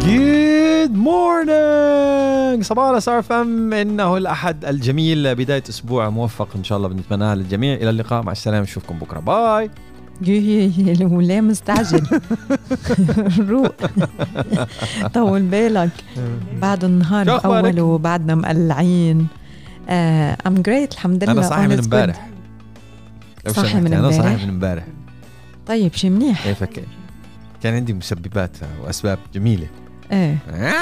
Good morning. صباح الخير فم. إنه الأحد الجميل، بداية أسبوع موفق إن شاء الله بنتمناها للجميع. إلى اللقاء، مع السلامة، نشوفكم بكرة. باي. ولا مستعجل روق طول بالك بعد النهار الأول وبعدنا مقلعين. I'm great الحمد لله. أنا صاحي من امبارح. صاحي من أنا امبارح. صاحي من امبارح. طيب شي منيح. كيفك؟ كان عندي مسببات وأسباب جميلة. ايه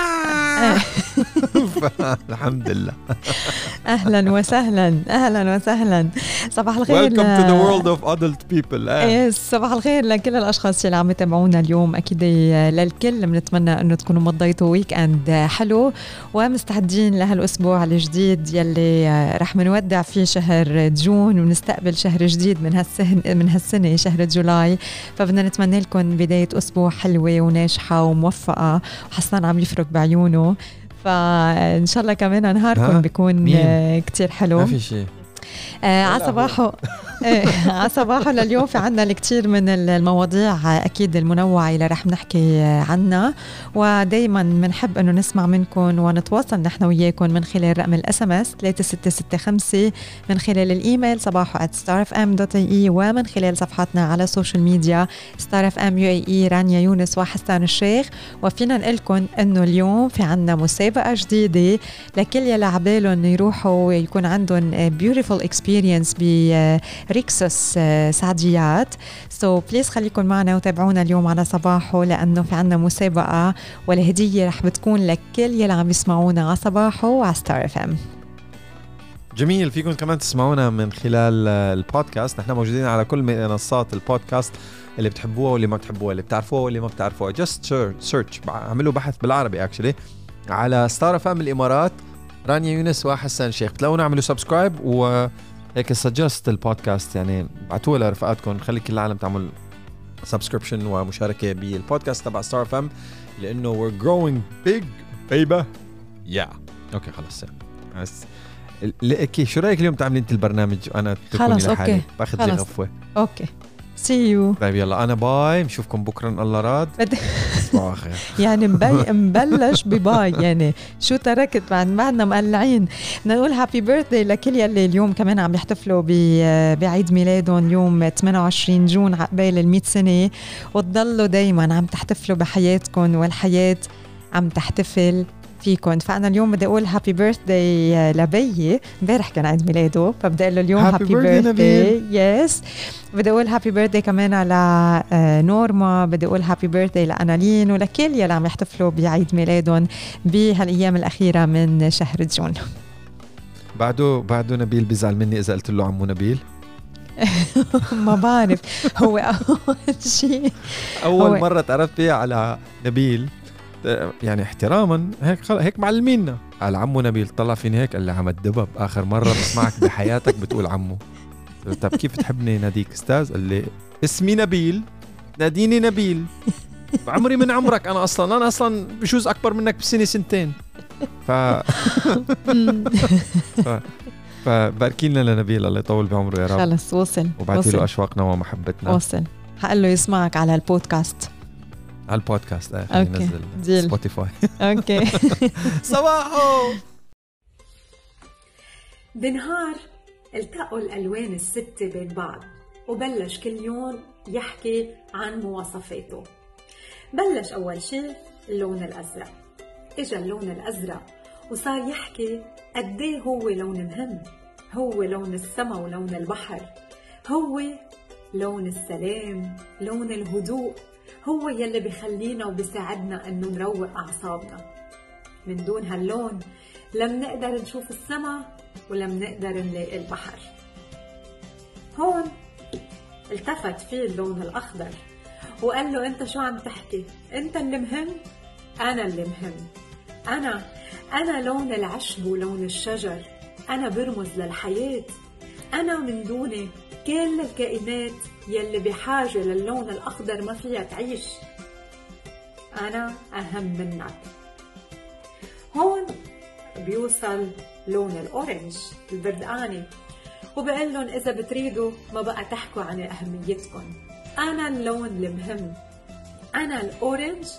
الحمد لله. اهلا وسهلا اهلا وسهلا. صباح الخير. Welcome to the world of adult people. صباح الخير لكل الاشخاص اللي عم يتابعونا اليوم. اكيد للكل بنتمنى انه تكونوا مضيتوا ويك اند حلو ومستعدين لهالاسبوع الجديد يلي رح منودع فيه شهر جون ونستقبل شهر جديد من هالسنه شهر جولاي. فبدنا نتمنى لكم بدايه اسبوع حلوه وناجحه وموفقه، وحسنا عم يفرق بعيونه، فإن شاء الله كمان نهاركم بيكون كتير حلو. ما في شيء عصباحه عصباحه لليوم في عنا الكثير من المواضيع أكيد المنوعة اللي رح نحكي عنها، ودايما منحب أنه نسمع منكم ونتواصل نحن وياكم من خلال رقم الSMS 3665، من خلال الإيميل صباحو@starfm.ae، ومن خلال صفحاتنا على السوشيال ميديا starfm UAE رانيا يونس وحسان الشيخ. وفينا نقلكم أنه اليوم في عنا مسابقة جديدة لكل يلي عبالهم يروحوا ويكون عندهم beautiful experience بريكسوس سعديات. so please خليكم معنا وتابعونا اليوم على صباحه، لأنه في عنا مسابقة والهدية رح بتكون لكل يلي عم يسمعونا على صباحه وعلى ستار اف ام. جميل. فيكم كمان تسمعونا من خلال البودكاست. نحن موجودين على كل منصات البودكاست اللي بتحبوها واللي ما بتحبوها، اللي بتعرفوها واللي ما بتعرفوها. just search، عملوا بحث بالعربي actually على ستار اف ام الإمارات رانيا يونس وحسان الشيخ، بتلاقونا. اعملوا سبسكرايب وهيك سجست البودكاست، يعني بعتوه لرفقاتكم. خلي كل العالم تعمل سبسكريبشن ومشاركة بالبودكاست تبع ستار اف ام، لأنه we're growing big baby. اوكي خلص. شو رأيك اليوم تعملي انت البرنامج وانا تكوني لحالي؟ باخذ لي غفوة. اوكي see you. طيب يلا انا باي، نشوفكم بكره ان الله راد. صباح الخير. يعني مبلش بباي، يعني شو تركت بعدنا مقلعين. بدنا نقول هابي بيرثدي لكل يلي اليوم كمان عم يحتفلوا بعيد ميلادهم يوم 28 جون عقبال 100 سنة، وتضلوا دايما عم تحتفلوا بحياتكم والحياة عم تحتفل فيكم. فأنا اليوم بدي أقول هابي بيرثدي لبيي، امبارح كان عيد ميلاده فبدي أقول له اليوم هابي بيرثدي. يس. بدي أقول هابي بيرثدي كمان على نورما، بدي أقول هابي بيرثدي لأنالين ولكل يلي عم يحتفلوا بعيد ميلادهم بهالأيام الأخيرة من شهر جون. بعده نبيل بيزعل مني إذا قلت له عمو نبيل. ما بعرف. هو أول شيء أول مرة تعرفت فيها على نبيل، يعني احتراما هيك معلمينا على عمو نبيل. طلع فيني هيك قال لي عم الدبب آخر مرة بسمعك بحياتك بتقول عمو. طب كيف تحبني ناديك أستاذ؟ قال لي اسمي نبيل، ناديني نبيل. عمري من عمرك، أنا أصلا بجوز أكبر منك بسنة سنتين. فباركي لنا لنبيل الله يطول بعمره يا رب. خلص وصل، وبعتي له أشواقنا ومحبتنا. وصل، هقول له يسمعك على البودكاست. على البودكاست. اوكي نزل سبوتيفاي. اوكي. صباحو. بنهار التقوا الألوان الستة بين بعض، وبلش كل يوم يحكي عن مواصفاته. بلش أول شيء اللون الأزرق. إجا اللون الأزرق وصار يحكي قديه هو لون مهم، هو لون السما ولون البحر، هو لون السلام، لون الهدوء، هو يلي بيخلينا وبيساعدنا انه نروق اعصابنا. من دون هاللون لم نقدر نشوف السما ولم نقدر نلاقي البحر. هون التفت فيه اللون الاخضر وقال له انت شو عم تحكي؟ انت اللي مهم، انا اللي مهم. انا لون العشب ولون الشجر، انا برمز للحياة. انا من دوني كل الكائنات يلي بحاجة للون الأخضر ما فيها تعيش. أنا أهم منك. هون بيوصل لون الأورنج البردقاني وبقول لهم إذا بتريدوا ما بقى تحكوا عن أهميتكم، أنا اللون المهم، أنا الأورنج،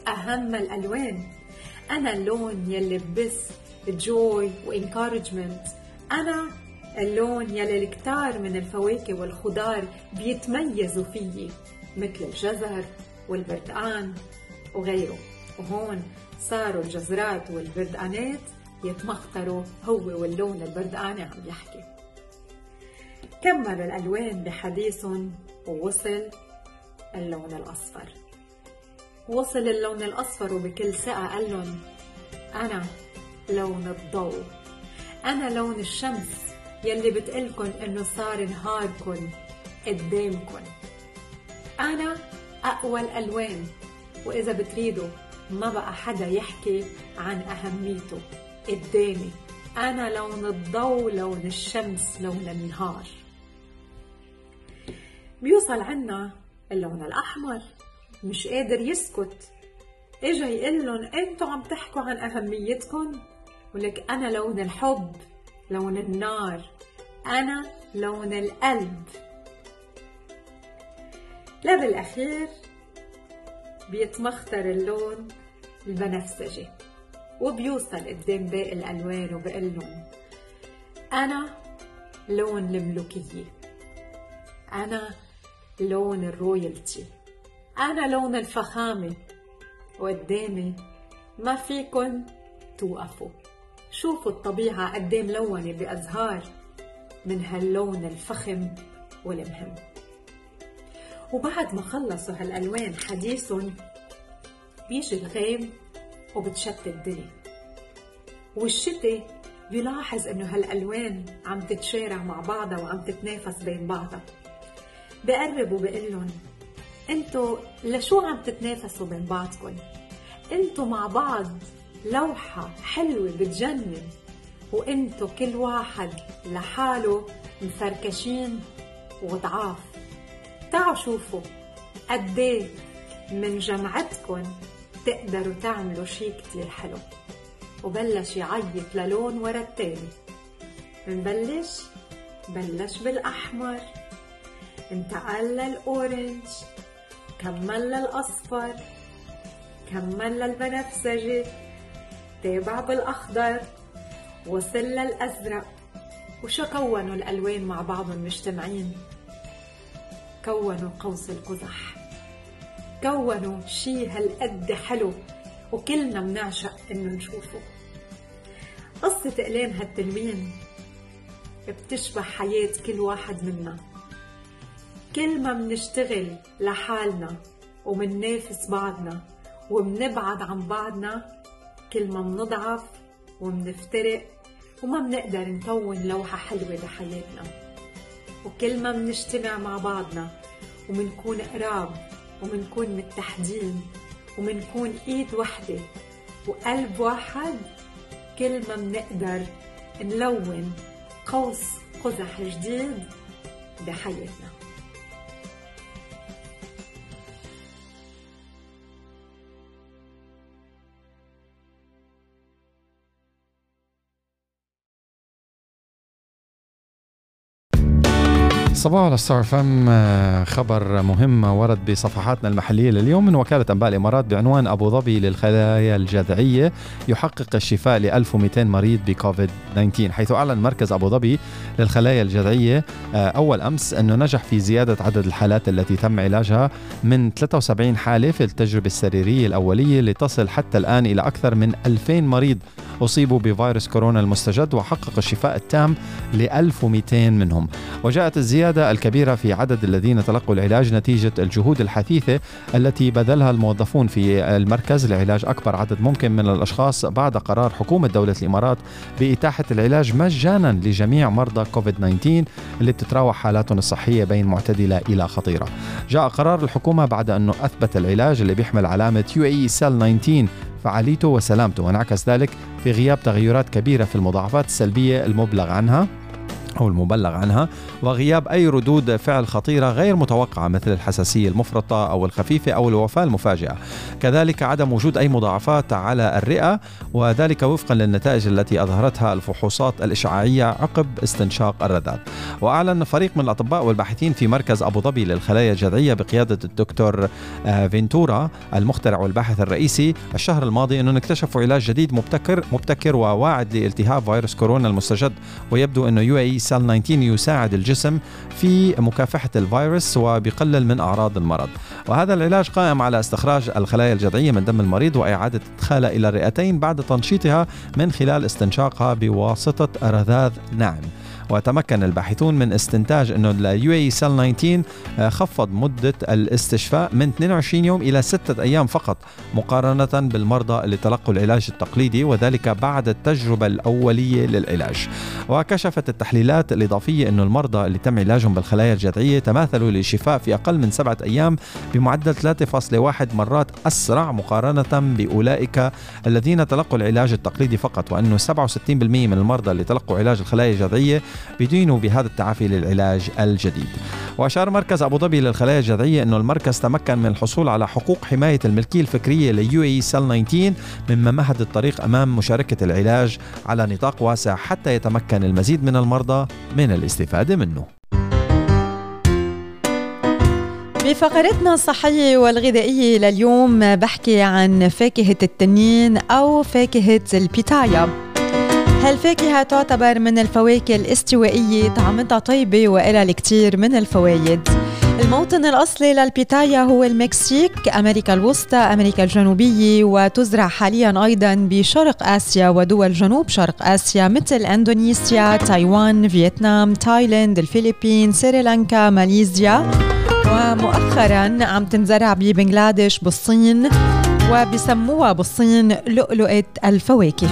أهم الألوان. أنا اللون يلي ببث جوي وإنكارجمنت. أنا اللون يلي الكتار من الفواكه والخضار بيتميزوا فيه، مثل الجزر والبردقان وغيره. وهون صاروا الجزرات والبردقانات يتمخطروا هو واللون البردقاني عم يحكي. كمل الألوان بحديثهم ووصل اللون الأصفر. وصل اللون الأصفر وبكل ثقة قال لهم أنا لون الضوء، أنا لون الشمس يلي بتقلكن إنه صار نهاركن قدامكن. أنا أقوى الألوان، وإذا بتريدوا ما بقى حدا يحكي عن أهميته قدامي. أنا لون الضوء، لون الشمس، لون النهار. بيوصل عنا اللون الأحمر، مش قادر يسكت، إجا يقلن أنتوا عم تحكوا عن أهميتكم، ولك أنا لون الحب، لون النار، أنا لون القلب. لا بالأخير بيتمختر اللون البنفسجي وبيوصل قدام باقي الألوان وبقلن أنا لون الملوكية، أنا لون الرويالتي، أنا لون الفخامة. وقدامي ما فيكن توقفوا. شوفوا الطبيعة قدام ملونة بأزهار من هاللون الفخم والمهم. وبعد ما خلصوا هالألوان حديثهم بيجي الغيم وبتشتت الدنيا، والشتاء بيلاحظ انه هالألوان عم تتشارع مع بعضها وعم تتنافس بين بعضها. بقرب وبقلن انتو لشو عم تتنافسوا بين بعضكن؟ انتو مع بعض لوحة حلوة بتجنن، وانتو كل واحد لحاله مفركشين وضعاف. تعالوا شوفوا قديه من جمعتكن تقدروا تعملوا شي كتير حلو. وبلش يعيط للون ورا التاني. بلش بالأحمر، انتقل للأورنج، كمل للأصفر، كمل للبنفسجي، تابع بالأخضر، وصل للأزرق. وشو كونوا الألوان مع بعضهم مجتمعين؟ كونوا قوس القزح، كونوا شي هالقد حلو وكلنا منعشق إنه نشوفه. قصة أقلام هالتلوين بتشبه حياة كل واحد منا. كل ما منشتغل لحالنا ومننافس بعضنا ومنبعد عن بعضنا، كل ما منضعف ومنفترق وما منقدر نكون لوحة حلوة بحياتنا. وكل ما منجتمع مع بعضنا ومنكون قراب ومنكون متحدين ومنكون ايد وحدة وقلب واحد، كل ما منقدر نلون قوس قزح جديد بحياتنا. صباح على ستار فم. خبر مهم ورد بصفحاتنا المحلية لليوم من وكالة أنباء الإمارات بعنوان أبو ظبي للخلايا الجذعية يحقق الشفاء ل 1200 مريض بكوفيد 19، حيث أعلن مركز أبو ظبي للخلايا الجذعية أول أمس أنه نجح في زيادة عدد الحالات التي تم علاجها من 73 حالة في التجربة السريرية الأولية لتصل حتى الآن إلى أكثر من 2000 مريض أصيبوا بفيروس كورونا المستجد، وحقق الشفاء التام ل 1200 منهم. وجاءت الزيادة الكبيرة في عدد الذين تلقوا العلاج نتيجة الجهود الحثيثة التي بذلها الموظفون في المركز لعلاج أكبر عدد ممكن من الأشخاص بعد قرار حكومة دولة الإمارات بإتاحة العلاج مجانا لجميع مرضى كوفيد 19 اللي بتتراوح حالاتهم الصحية بين معتدلة إلى خطيرة. جاء قرار الحكومة بعد أنه أثبت العلاج اللي بيحمل علامة UAE Cell 19 فعاليته وسلامته، وانعكس ذلك في غياب تغيرات كبيرة في المضاعفات السلبية المبلغ عنها أو المبلغ عنها، وغياب أي ردود فعل خطيرة غير متوقعة مثل الحساسية المفرطة أو الخفيفة أو الوفاة المفاجئة. كذلك عدم وجود أي مضاعفات على الرئة، وذلك وفقا للنتائج التي أظهرتها الفحوصات الإشعاعية عقب استنشاق الرذاذ. وأعلن فريق من الأطباء والباحثين في مركز أبو ظبي للخلايا الجذعية بقيادة الدكتور فينتورا المخترع والباحث الرئيسي الشهر الماضي أنهم اكتشفوا علاج جديد مبتكر وواعد لالتهاب فيروس كورونا المستجد، ويبدو أنه UAE Cell 19 يساعد الجسم في مكافحة الفيروس وبيقلل من أعراض المرض. وهذا العلاج قائم على استخراج الخلايا الجذعية من دم المريض وإعادة إدخالها إلى الرئتين بعد تنشيطها من خلال استنشاقها بواسطة رذاذ ناعم. وتمكن الباحثون من استنتاج أنه UAE Cell 19 خفض مدة الاستشفاء من 22 يوم إلى 6 أيام فقط مقارنة بالمرضى اللي تلقوا العلاج التقليدي، وذلك بعد التجربة الأولية للعلاج. وكشفت التحليلات الإضافية أنه المرضى اللي تم علاجهم بالخلايا الجذعية تماثلوا للشفاء في أقل من 7 أيام بمعدل 3.1 مرات أسرع مقارنة بأولئك الذين تلقوا العلاج التقليدي فقط، وأنه 67% من المرضى اللي تلقوا علاج الخلايا الجذعية بدينوا بهذا التعافي للعلاج الجديد. وأشار مركز أبو ظبي للخلايا الجذعية أنه المركز تمكن من الحصول على حقوق حماية الملكية الفكرية لUAE Cell 19 مما مهد الطريق أمام مشاركة العلاج على نطاق واسع حتى يتمكن المزيد من المرضى من الاستفادة منه. بفقرتنا الصحية والغذائية لليوم بحكي عن فاكهة التنين أو فاكهة البيتايا. هالفاكهة تعتبر من الفواكه الاستوائية، طعمتها طيبة وإلها الكثير من الفوائد. الموطن الأصلي للبيتايا هو المكسيك، أمريكا الوسطى، أمريكا الجنوبية، وتزرع حاليا أيضا بشرق آسيا ودول جنوب شرق آسيا مثل أندونيسيا، تايوان، فيتنام، تايلاند، الفلبين، سريلانكا، ماليزيا، ومؤخرا عم تنزرع ببنغلاديش بالصين، وبسموها بالصين لؤلؤة الفواكه.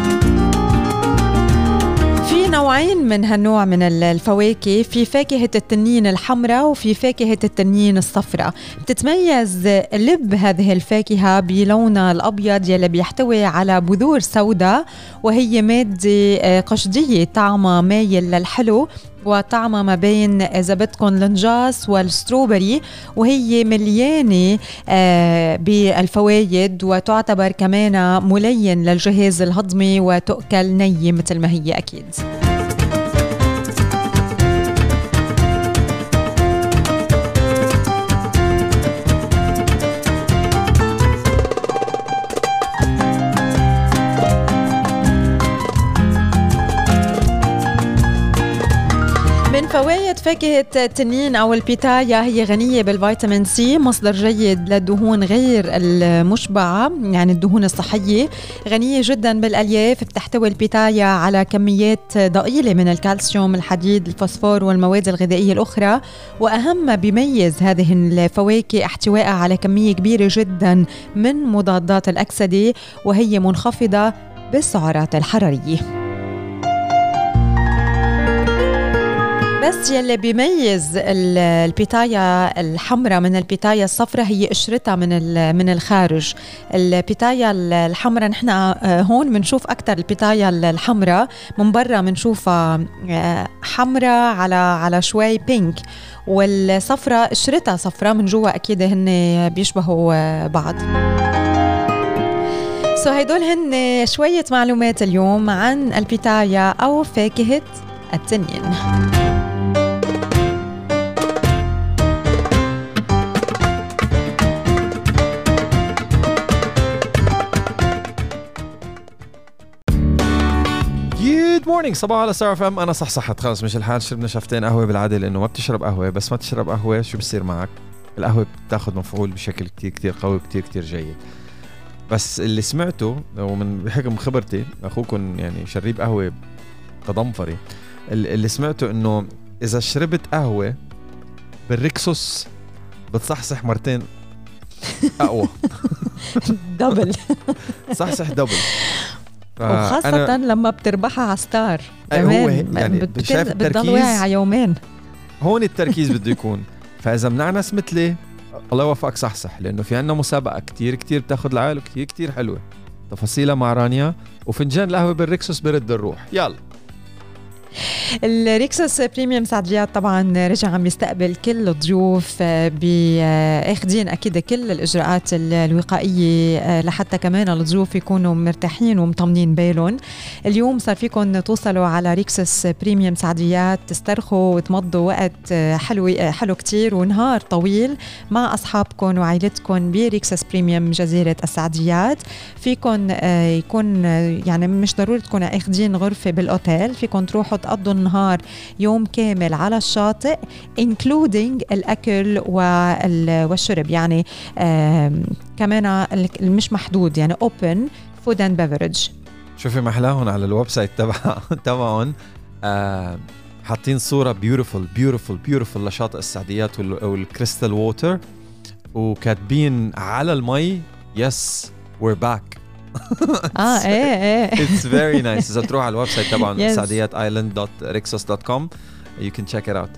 في نوعين من هالنوع من الفواكه، في فاكهة التنين الحمراء وفي فاكهة التنين الصفراء. بتتميز لب هذه الفاكهة بلونها الأبيض يلي بيحتوي على بذور سوداء، وهي مادة قشدية طعمها مايل للحلو وطعمها ما بين إذا بدكم النجاس والستروبري، وهي مليانة بالفوائد وتعتبر كمان ملين للجهاز الهضمي وتؤكل نية مثل ما هي أكيد. فوائد فاكهة التنين أو البيتايا: هي غنية بالفيتامين سي، مصدر جيد للدهون غير المشبعة يعني الدهون الصحية، غنية جدا بالألياف، بتحتوي البيتايا على كميات ضئيلة من الكالسيوم، الحديد، الفوسفور والمواد الغذائية الأخرى، وأهم ما بيميز هذه الفواكه احتوائها على كمية كبيرة جدا من مضادات الأكسدة، وهي منخفضة بالسعرات الحرارية. بس يلي بيميز البيتايا الحمراء من البيتايا الصفراء هي قشرتها من الخارج. البيتايا الحمراء نحن هون بنشوف أكتر البيتايا الحمراء من برا بنشوفها حمراء على شوي بينك، والصفراء قشرتها صفراء من جوا، أكيد هن بيشبهوا بعض. هيدول هن شوية معلومات اليوم عن البيتايا أو فاكهة التنين. مورنينج، صباح على ستار اف ام. انا صحصحت خلص، مش الحال شربنا شفتين قهوه بالعاده، لانه ما بتشرب قهوه. بس ما تشرب قهوه شو بصير معك؟ القهوه بتاخذ مفعول بشكل كتير كتير قوي، كتير كتير جيد. بس اللي سمعته ومن بحكم خبرتي، اخوكم يعني شريب قهوه قضنفري، اللي سمعته انه اذا شربت قهوه بالريكسوس بتصحصح مرتين اقوى. دبل صحصح دبل. وخاصة لما بتربحها على ستار كمان يعني بتضل واعي على يومين. هون التركيز بده يكون. فإذا منعنس مثلي الله يوفقك صحصح، لأنه في عنا مسابقة كتير كتير بتاخد العقل وكتير كتير حلوة، تفاصيلها مع رانيا، وفنجان القهوة بالريكسوس برد الروح. يلا الريكسوس بريميوم سعديات طبعا رجع عم يستقبل كل الضيوف بأخذين أكيد كل الإجراءات الوقائية لحتى كمان الضيوف يكونوا مرتاحين ومطمنين بالهم. اليوم صار فيكم توصلوا على ريكسوس بريميوم سعديات تسترخوا وتمضوا وقت حلو كتير ونهار طويل مع أصحابكم وعائلتكم بريكسوس بريميوم جزيرة السعديات. فيكم يكون يعني مش ضروري تكونوا اخذين غرفة بالأوتيل، فيكم تروحوا تقضوا النهار يوم كامل على الشاطئ including الأكل والشرب، يعني كمان مش محدود، يعني open food and beverage. شوفي محلاهم على الويب سايت تبعهم حاطين صورة beautiful لشاطئ السعديات والكريستال ووتر، وكاتبين على المي yes we're back. ايه it's very nice. إذا تروح على الويب سايت تبعهم saadiyat.island.rixos.com you can check it out.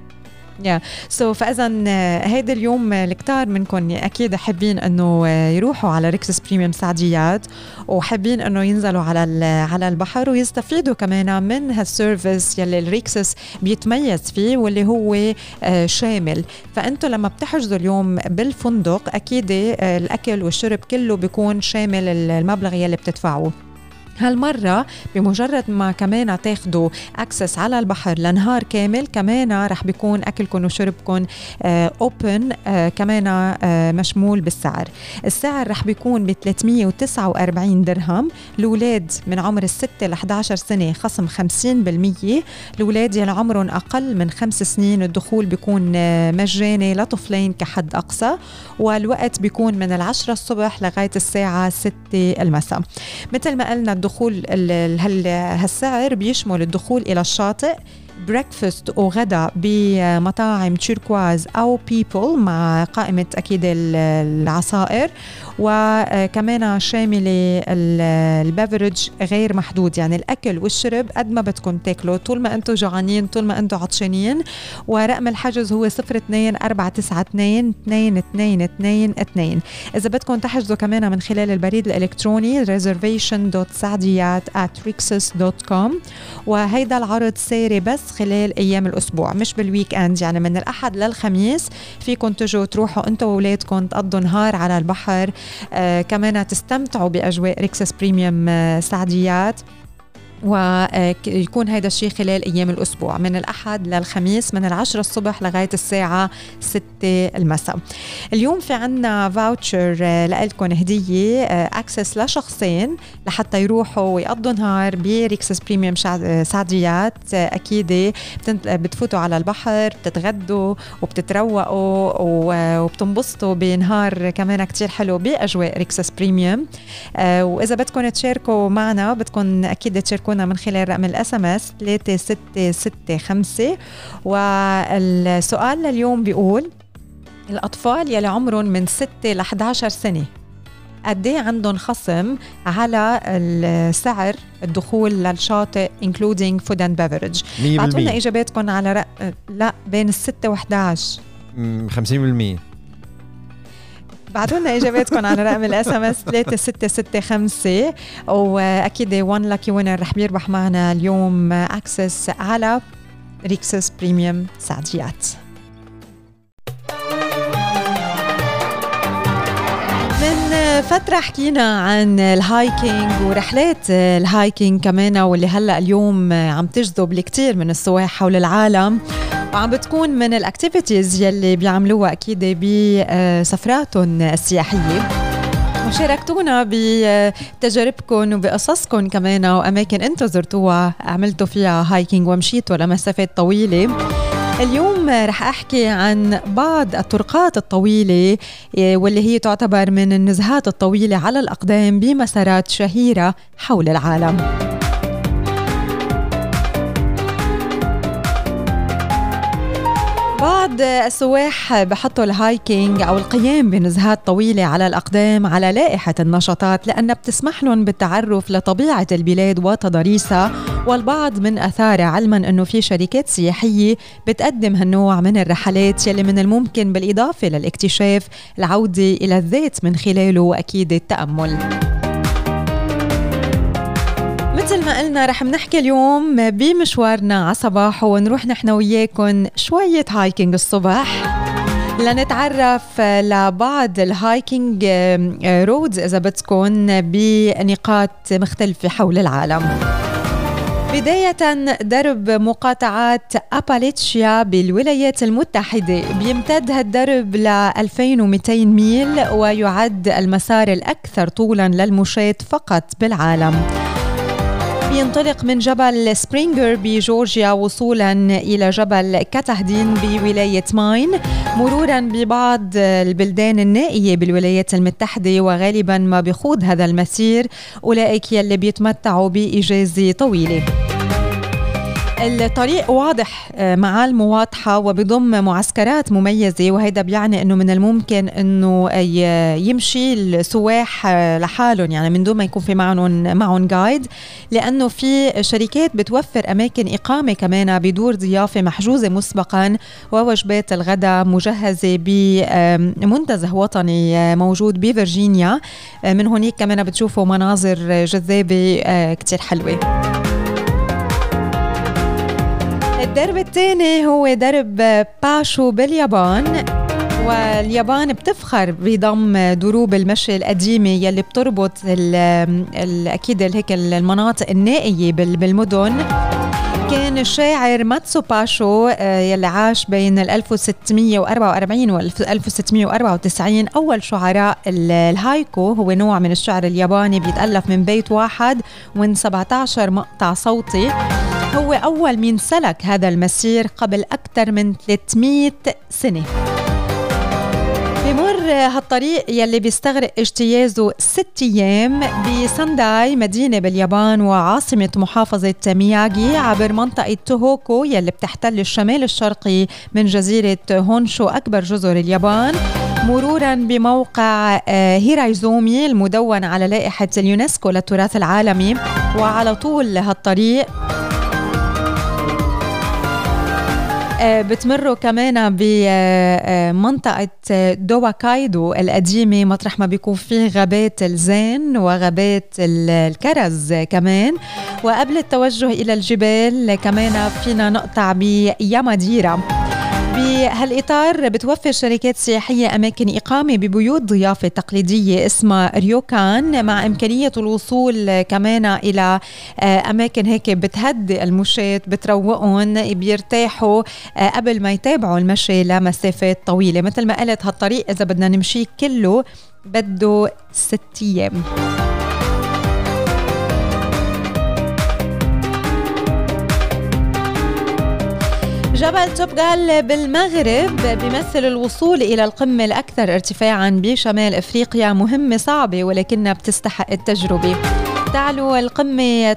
فإذا هيدا اليوم الكتار منكم أكيد حابين أنه يروحوا على ريكسوس بريميوم سعديات وحابين أنه ينزلوا على البحر ويستفيدوا كمان من هالسيرفيس يلي الريكسوس بيتميز فيه واللي هو شامل. فأنتوا لما بتحجزوا اليوم بالفندق أكيد الأكل والشرب كله بيكون شامل المبلغ يلي بتدفعوه. هالمرة بمجرد ما كمان تاخدوا أكسس على البحر لنهار كامل، كمان رح بيكون أكلكم وشربكم أوبن كمان مشمول بالسعر. السعر رح بيكون ب 349 درهم. الأولاد من عمر 6 ل 11 سنة خصم 50%. الأولاد يلي عمرهم أقل من 5 سنين الدخول بيكون مجاني لطفلين كحد أقصى، والوقت بيكون من 10 الصبح لغاية الساعة 6 المساء. مثل ما قلنا الدخول هالسعر بيشمل الدخول إلى الشاطئ، بريكفاست وغدا بمطاعم تشيركواز أو بيبل مع قائمة أكيد العصائر، وكمان شاملة البيفرج غير محدود، يعني الأكل والشرب قد ما بدكم تاكلوا طول ما أنتوا جوعانين طول ما أنتوا عطشانين. ورقم الحجز هو 02-492-2222. إذا بدكم تحجزوا كمان من خلال البريد الإلكتروني reservation.saadiyat@rixos.com. وهيدا العرض ساري بس خلال أيام الأسبوع مش بالويك أند، يعني من الأحد للخميس فيكم تجوا تروحوا أنتوا وولادكم تقضوا نهار على البحر، كمان تستمتعوا بأجواء ريكسوس بريميوم سعديات، ويكون هيدا الشيء خلال أيام الأسبوع من الأحد للخميس من 10 الصبح لغاية الساعة 6 المساء. اليوم في عنا فاوتشر لألكم هدية أكسس لشخصين لحتى يروحوا ويقضوا نهار بريكسوس بريميوم سعديات. أكيد بتفوتوا على البحر، بتتغدوا وبتتروقوا وبتنبسطوا بنهار كمان كتير حلو بأجواء ريكسوس بريميوم. وإذا بدكم تشاركوا معنا بدكم أكيد تشاركوا من خلال رقم الSMS 3665. والسؤال لليوم بيقول الأطفال يلي عمرهم من 6 ل 11 سنة قد ايه عندهم خصم على السعر الدخول للشاطئ including food and beverage؟ أعطونا إجاباتكم على لا بين 6 و 11. 50%. بعتولنا إجاباتكم على رقم الSMS 3665. وأكيد one lucky winner رح بيربح معنا اليوم أكسس على ريكسوس بريميوم سعديات. من فترة حكينا عن الهايكينج ورحلات الهايكينج كمان، واللي هلأ اليوم عم تجذب الكثير من السواح حول العالم، وعم بتكون من الاكتيفيتيز يلي بيعملوها أكيد بسفراتهم السياحية. وشاركتونا بتجاربكم وبقصصكم كمان وأماكن أنتوا زرتوها عملتوا فيها هايكينج ومشيتوا لمسافات طويلة. اليوم رح أحكي عن بعض الطرقات الطويلة واللي هي تعتبر من النزهات الطويلة على الأقدام بمسارات شهيرة حول العالم. بعض السواح بحطوا الهايكينج أو القيام بنزهات طويلة على الأقدام على لائحة النشاطات لأنها بتسمح لهم بالتعرف لطبيعة البلاد وتضاريسها والبعض من أثارها، علما أنه في شركات سياحية بتقدم هالنوع من الرحلات يلي من الممكن بالإضافة للاكتشاف العودة إلى الذات من خلاله وأكيد التأمل. مثل ما قلنا رح نحكي اليوم بمشوارنا على صباح ونروح نحن وياكم شوية هايكينج الصبح لنتعرف لبعض الهايكينج رودز إذا بدكم بنقاط مختلفة حول العالم. بداية درب مقاطعات أباليتشيا بالولايات المتحدة بيمتد هالدرب ل 2200 ميل ويعد المسار الأكثر طولا للمشاة فقط بالعالم. بينطلق من جبل سبرينجر بجورجيا وصولا إلى جبل كاتاهدين بولاية ماين مرورا ببعض البلدان النائية بالولايات المتحدة، وغالبا ما بيخوض هذا المسير أولئك يلي بيتمتعوا بإجازة طويلة. الطريق واضح، معالم واضحة وبضم معسكرات مميزة، وهذا بيعني أنه من الممكن أنه يمشي السواح لحالهم يعني من دون ما يكون في معهم جايد، لأنه في شركات بتوفر أماكن إقامة كمان بدور ضيافة محجوزة مسبقا، ووجبات الغداء مجهزة بمنتزه وطني موجود بفرجينيا. من هناك كمان بتشوفوا مناظر جذابة كتير حلوة. الدرب الثاني هو درب باشو باليابان، واليابان بتفخر بضم دروب المشي القديمة يلي بتربط أكيد هيك المناطق النائية بالمدن. كان الشاعر ماتسو باشو يلي عاش بين 1644 و 1694 أول شعراء الهايكو. هو نوع من الشعر الياباني بيتألف من بيت واحد ومن 17 مقطع صوتي. هو أول من سلك هذا المسير قبل أكثر من 300 سنة. بمر هالطريق يلي بيستغرق اجتيازه 6 أيام بسانداي، مدينة باليابان وعاصمة محافظة مياغي، عبر منطقة توهوكو يلي بتحتل الشمال الشرقي من جزيرة هونشو أكبر جزر اليابان، مرورا بموقع هيرايزومي المدون على لائحة اليونسكو للتراث العالمي. وعلى طول هالطريق بتمروا كمان بمنطقة دوواكايدو القديمة، مطرح ما بيكون فيه غابات الزين وغابات الكرز كمان. وقبل التوجه إلى الجبال كمان فينا نقطع بياماديرا. بهالإطار بتوفر شركات سياحية أماكن إقامة ببيوت ضيافة تقليدية اسمها ريوكان، مع إمكانية الوصول كمان إلى أماكن هيك بتهدئ المشاة، بتروقهم، بيرتاحوا قبل ما يتابعوا المشي لمسافات طويلة. مثل ما قلت هالطريق إذا بدنا نمشي كله بده 6 أيام. جبل توبغال بالمغرب بيمثل الوصول إلى القمة الأكثر ارتفاعاً بشمال أفريقيا، مهمة صعبة ولكنها بتستحق التجربة. تعلو القمة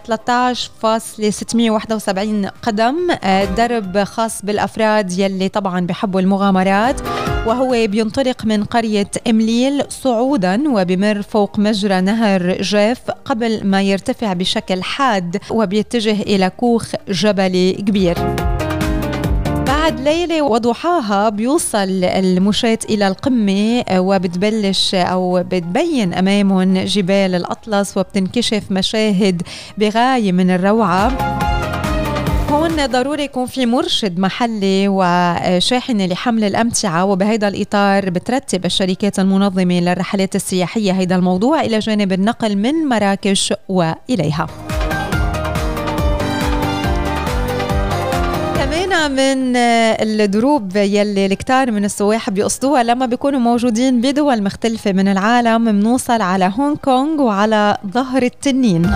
13.671 قدم، درب خاص بالأفراد يلي طبعاً بيحبوا المغامرات، وهو بينطلق من قرية إمليل صعوداً وبمر فوق مجرى نهر جيف قبل ما يرتفع بشكل حاد وبيتجه إلى كوخ جبلي كبير. بعد ليلة وضحاها بيوصل المشاة إلى القمة وبتبلش أو بتبين أمامهم جبال الأطلس وبتنكشف مشاهد بغاية من الروعة. هون ضروري يكون في مرشد محلي وشاحنة لحمل الأمتعة، وبهذا الإطار بترتب الشركات المنظمة للرحلات السياحية هذا الموضوع إلى جانب النقل من مراكش وإليها. من الدروب يلي الكتار من السواح بيقصدوها لما بيكونوا موجودين بدول مختلفة من العالم، منوصل على هونغ كونغ وعلى ظهر التنين.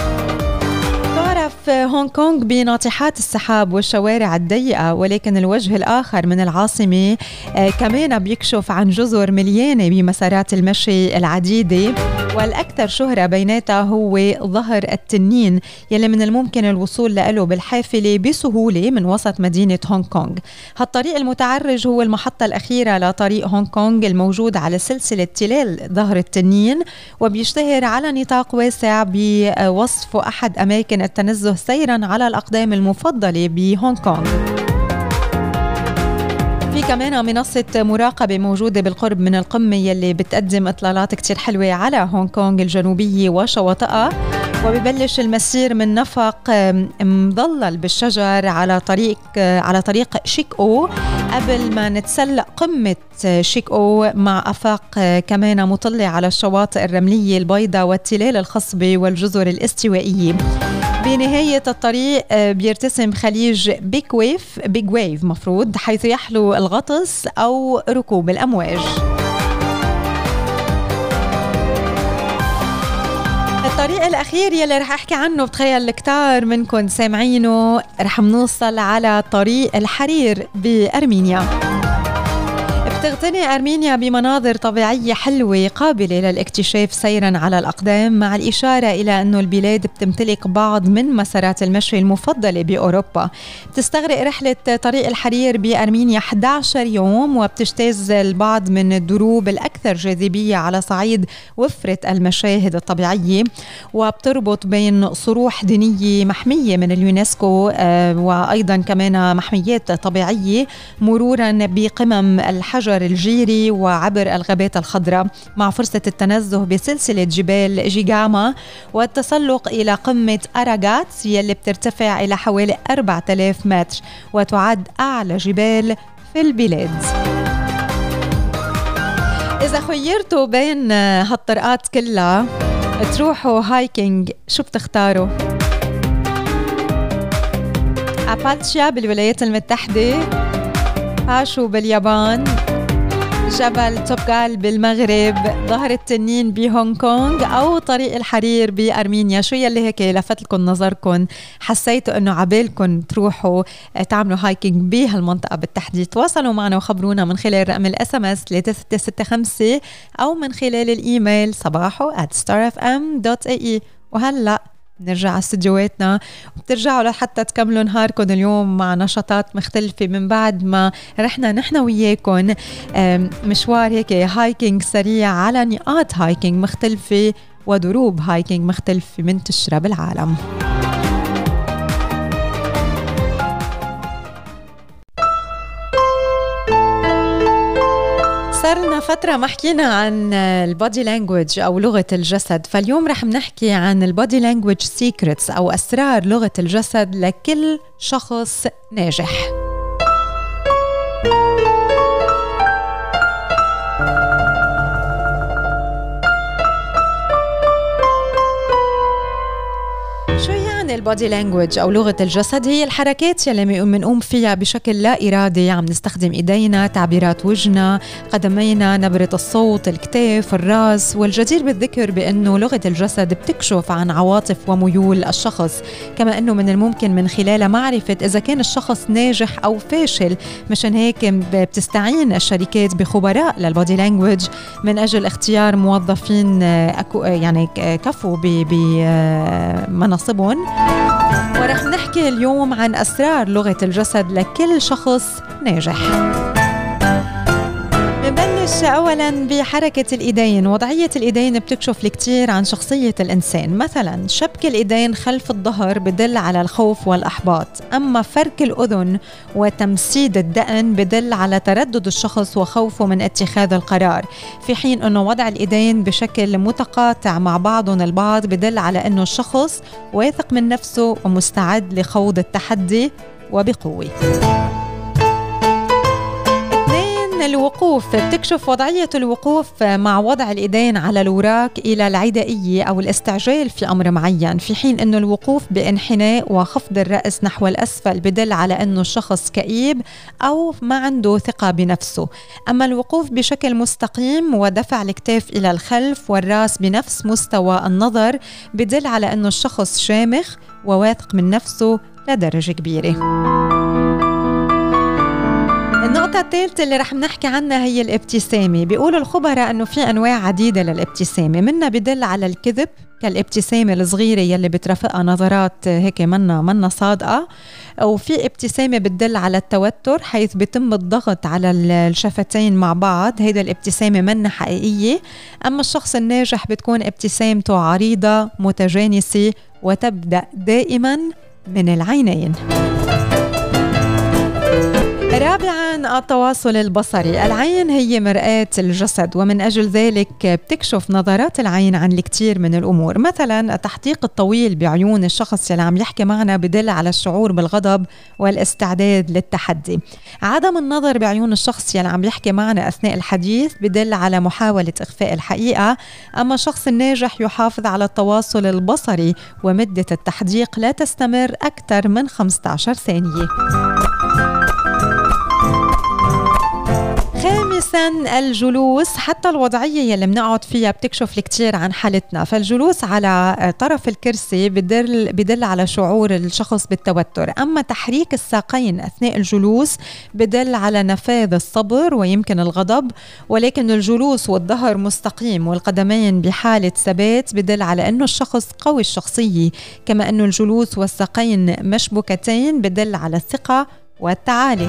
تعرف هونغ كونغ بناطحات السحاب والشوارع الضيقة، ولكن الوجه الآخر من العاصمة كمان بيكشف عن جزر مليانة بمسارات المشي العديدة، والأكثر شهرة بيناتها هو ظهر التنين يلي من الممكن الوصول له بالحافلة بسهولة من وسط مدينة هونغ كونغ. هالطريق المتعرج هو المحطة الأخيرة لطريق هونغ كونغ الموجود على سلسلة تلال ظهر التنين، وبيشتهر على نطاق واسع بوصفه أحد أماكن التنزه سيرا على الأقدام المفضلة بهونغ كونغ. في كمان منصة مراقبة موجودة بالقرب من القمة يلي بتقدم إطلالات كتير حلوة على هونغ كونغ الجنوبية وشواطئها، وبيبلش المسير من نفق مضلل بالشجر على طريق شيكو قبل ما نتسلق قمة شيكو مع أفاق كمان مطلة على الشواطئ الرملية البيضاء والتلال الخصبة والجزر الاستوائية. بنهاية الطريق بيرتسم خليج بيج ويف مفروض، حيث يحلو الغطس أو ركوب الأمواج. الطريق الأخير يلي رح أحكي عنه بتخيل كتار منكم سامعينه، رح نوصل على طريق الحرير بأرمينيا. بتغتني أرمينيا بمناظر طبيعية حلوة قابلة للاكتشاف سيراً على الأقدام، مع الإشارة إلى أنه البلاد بتمتلك بعض من مسارات المشي المفضلة بأوروبا. بتستغرق رحلة طريق الحرير بأرمينيا 11 يوم، وبتجتاز البعض من الدروب الأكثر جاذبية على صعيد وفرة المشاهد الطبيعية، وبتربط بين صروح دينية محمية من اليونسكو وأيضاً كمان محميات طبيعية، مروراً بقمم الحجر الجيري وعبر الغابات الخضراء، مع فرصة التنزه بسلسلة جبال جيجاما والتسلق إلى قمة أراغات يلي بترتفع إلى حوالي 4000 متر وتعد أعلى جبال في البلاد. إذا خيرتوا بين هالطرقات كلها تروحوا هايكينج، شو بتختاروا؟ أبالتشيا بالولايات المتحدة، باشو باليابان، جبل توبغال بالمغرب، ظهر التنين بهونغ كونغ، أو طريق الحرير بأرمينيا؟ شو يلي هيك لفت لكم نظركم، حسيتوا أنه عبالكم تروحوا تعملوا هايكينج بهالمنطقة بالتحديد؟ تواصلوا معنا وخبرونا من خلال رقم الSMS 3665 أو من خلال الإيميل صباحو@starfm.ae. وهلأ نرجع على استديوهاتنا، وبترجعوا لحتى تكملوا نهاركم اليوم مع نشاطات مختلفة من بعد ما رحنا نحن وياكم مشوار هيك هايكينج سريع على نقاط هايكينج مختلفة ودروب هايكينج مختلفة منتشرة بالعالم. صارنا فترة ما حكينا عن البودي لانجويج أو لغة الجسد، فاليوم رح نحكي عن البودي لانجويج سيكريتس أو أسرار لغة الجسد لكل شخص ناجح. البودي لانجويج أو لغة الجسد هي الحركات يلي منقوم فيها بشكل لا إرادي، عم نستخدم إيدينا، تعبيرات وجهنا، قدمينا، نبرة الصوت، الكتاف، الرأس. والجدير بالذكر بأنه لغة الجسد بتكشف عن عواطف وميول الشخص، كما أنه من الممكن من خلالها معرفة إذا كان الشخص ناجح أو فاشل. مشان هيك بتستعين الشركات بخبراء للبودي لانجويج من أجل اختيار موظفين يعني كفوا بمناصبهم. ورح نحكي اليوم عن أسرار لغة الجسد لكل شخص ناجح. نبلش أولاً بحركة الإيدين. وضعية الإيدين بتكشف الكثير عن شخصية الإنسان. مثلاً شبك الإيدين خلف الظهر بدل على الخوف والأحباط، أما فرك الأذن وتمسيد الدقن بدل على تردد الشخص وخوفه من اتخاذ القرار، في حين أنه وضع الإيدين بشكل متقاطع مع بعضهم البعض بدل على أنه الشخص واثق من نفسه ومستعد لخوض التحدي وبقوة. الوقوف بتكشف وضعية الوقوف مع وضع الإيدين على الوراك إلى العدائية أو الاستعجال في أمر معين، في حين أنه الوقوف بانحناء وخفض الرأس نحو الأسفل بدل على أنه الشخص كئيب أو ما عنده ثقة بنفسه. أما الوقوف بشكل مستقيم ودفع الكتاف إلى الخلف والرأس بنفس مستوى النظر بدل على أنه الشخص شامخ وواثق من نفسه لدرجة كبيرة. النقطة الثالثة اللي رح نحكي عنها هي الابتسامة. بيقولوا الخبراء أنه في أنواع عديدة للابتسامة، منها بدل على الكذب كالابتسامة الصغيرة يلي بترافقها نظرات هيك منا صادقة، وفي ابتسامة بتدل على التوتر حيث بيتم الضغط على الشفتين مع بعض، هيدا الابتسامة منا حقيقية. أما الشخص الناجح بتكون ابتسامته عريضة متجانسة وتبدأ دائما من العينين. رابعاً التواصل البصري. العين هي مرآة الجسد، ومن أجل ذلك بتكشف نظرات العين عن الكثير من الأمور. مثلاً التحديق الطويل بعيون الشخص اللي عم يحكي معنا بدل على الشعور بالغضب والاستعداد للتحدي. عدم النظر بعيون الشخص اللي عم يحكي معنا أثناء الحديث بدل على محاولة إخفاء الحقيقة. أما الشخص الناجح يحافظ على التواصل البصري، ومدة التحديق لا تستمر أكثر من 15 ثانية. خامساً الجلوس. حتى الوضعية يلي بنقعد فيها بتكشف الكثير عن حالتنا. فالجلوس على طرف الكرسي بدل على شعور الشخص بالتوتر. أما تحريك الساقين أثناء الجلوس بدل على نفاذ الصبر ويمكن الغضب. ولكن الجلوس والظهر مستقيم والقدمين بحالة ثبات بدل على أنه الشخص قوي الشخصية. كما أنه الجلوس والساقين مشبوكتين بدل على الثقة والتعالي.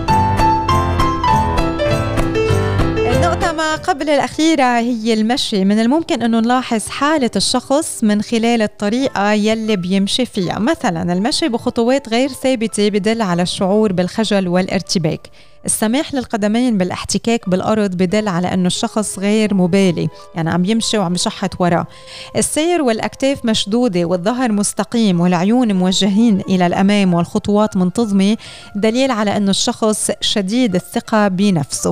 النقطة ما قبل الأخيرة هي المشي. من الممكن أنه نلاحظ حالة الشخص من خلال الطريقة يلي بيمشي فيها. مثلا المشي بخطوات غير ثابتة بدل على الشعور بالخجل والارتباك. السماح للقدمين بالاحتكاك بالأرض بدل على أنه الشخص غير مبالي، يعني عم يمشي وعم يشحت وراه. السير والأكتاف مشدودة والظهر مستقيم والعيون موجهين إلى الأمام والخطوات منتظمة دليل على أنه الشخص شديد الثقة بنفسه.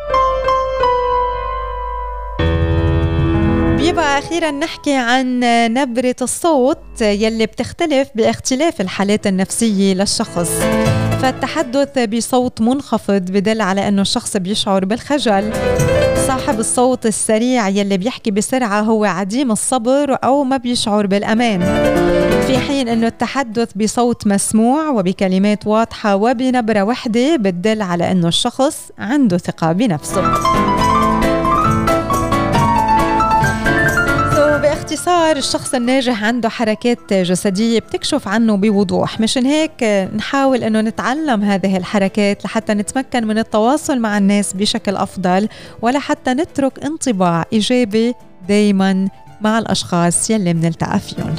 بيبقى أخيراً نحكي عن نبرة الصوت يلي بتختلف باختلاف الحالات النفسية للشخص. فالتحدث بصوت منخفض بدل على أنه الشخص بيشعر بالخجل. صاحب الصوت السريع يلي بيحكي بسرعة هو عديم الصبر أو ما بيشعر بالأمان، في حين أنه التحدث بصوت مسموع وبكلمات واضحة وبنبرة واحدة بتدل على أنه الشخص عنده ثقة بنفسه. باختصار الشخص الناجح عنده حركات جسدية بتكشف عنه بوضوح. مشان هيك نحاول أنه نتعلم هذه الحركات لحتى نتمكن من التواصل مع الناس بشكل أفضل، ولحتى نترك انطباع إيجابي دايما مع الأشخاص يلي منلتقى فيهم.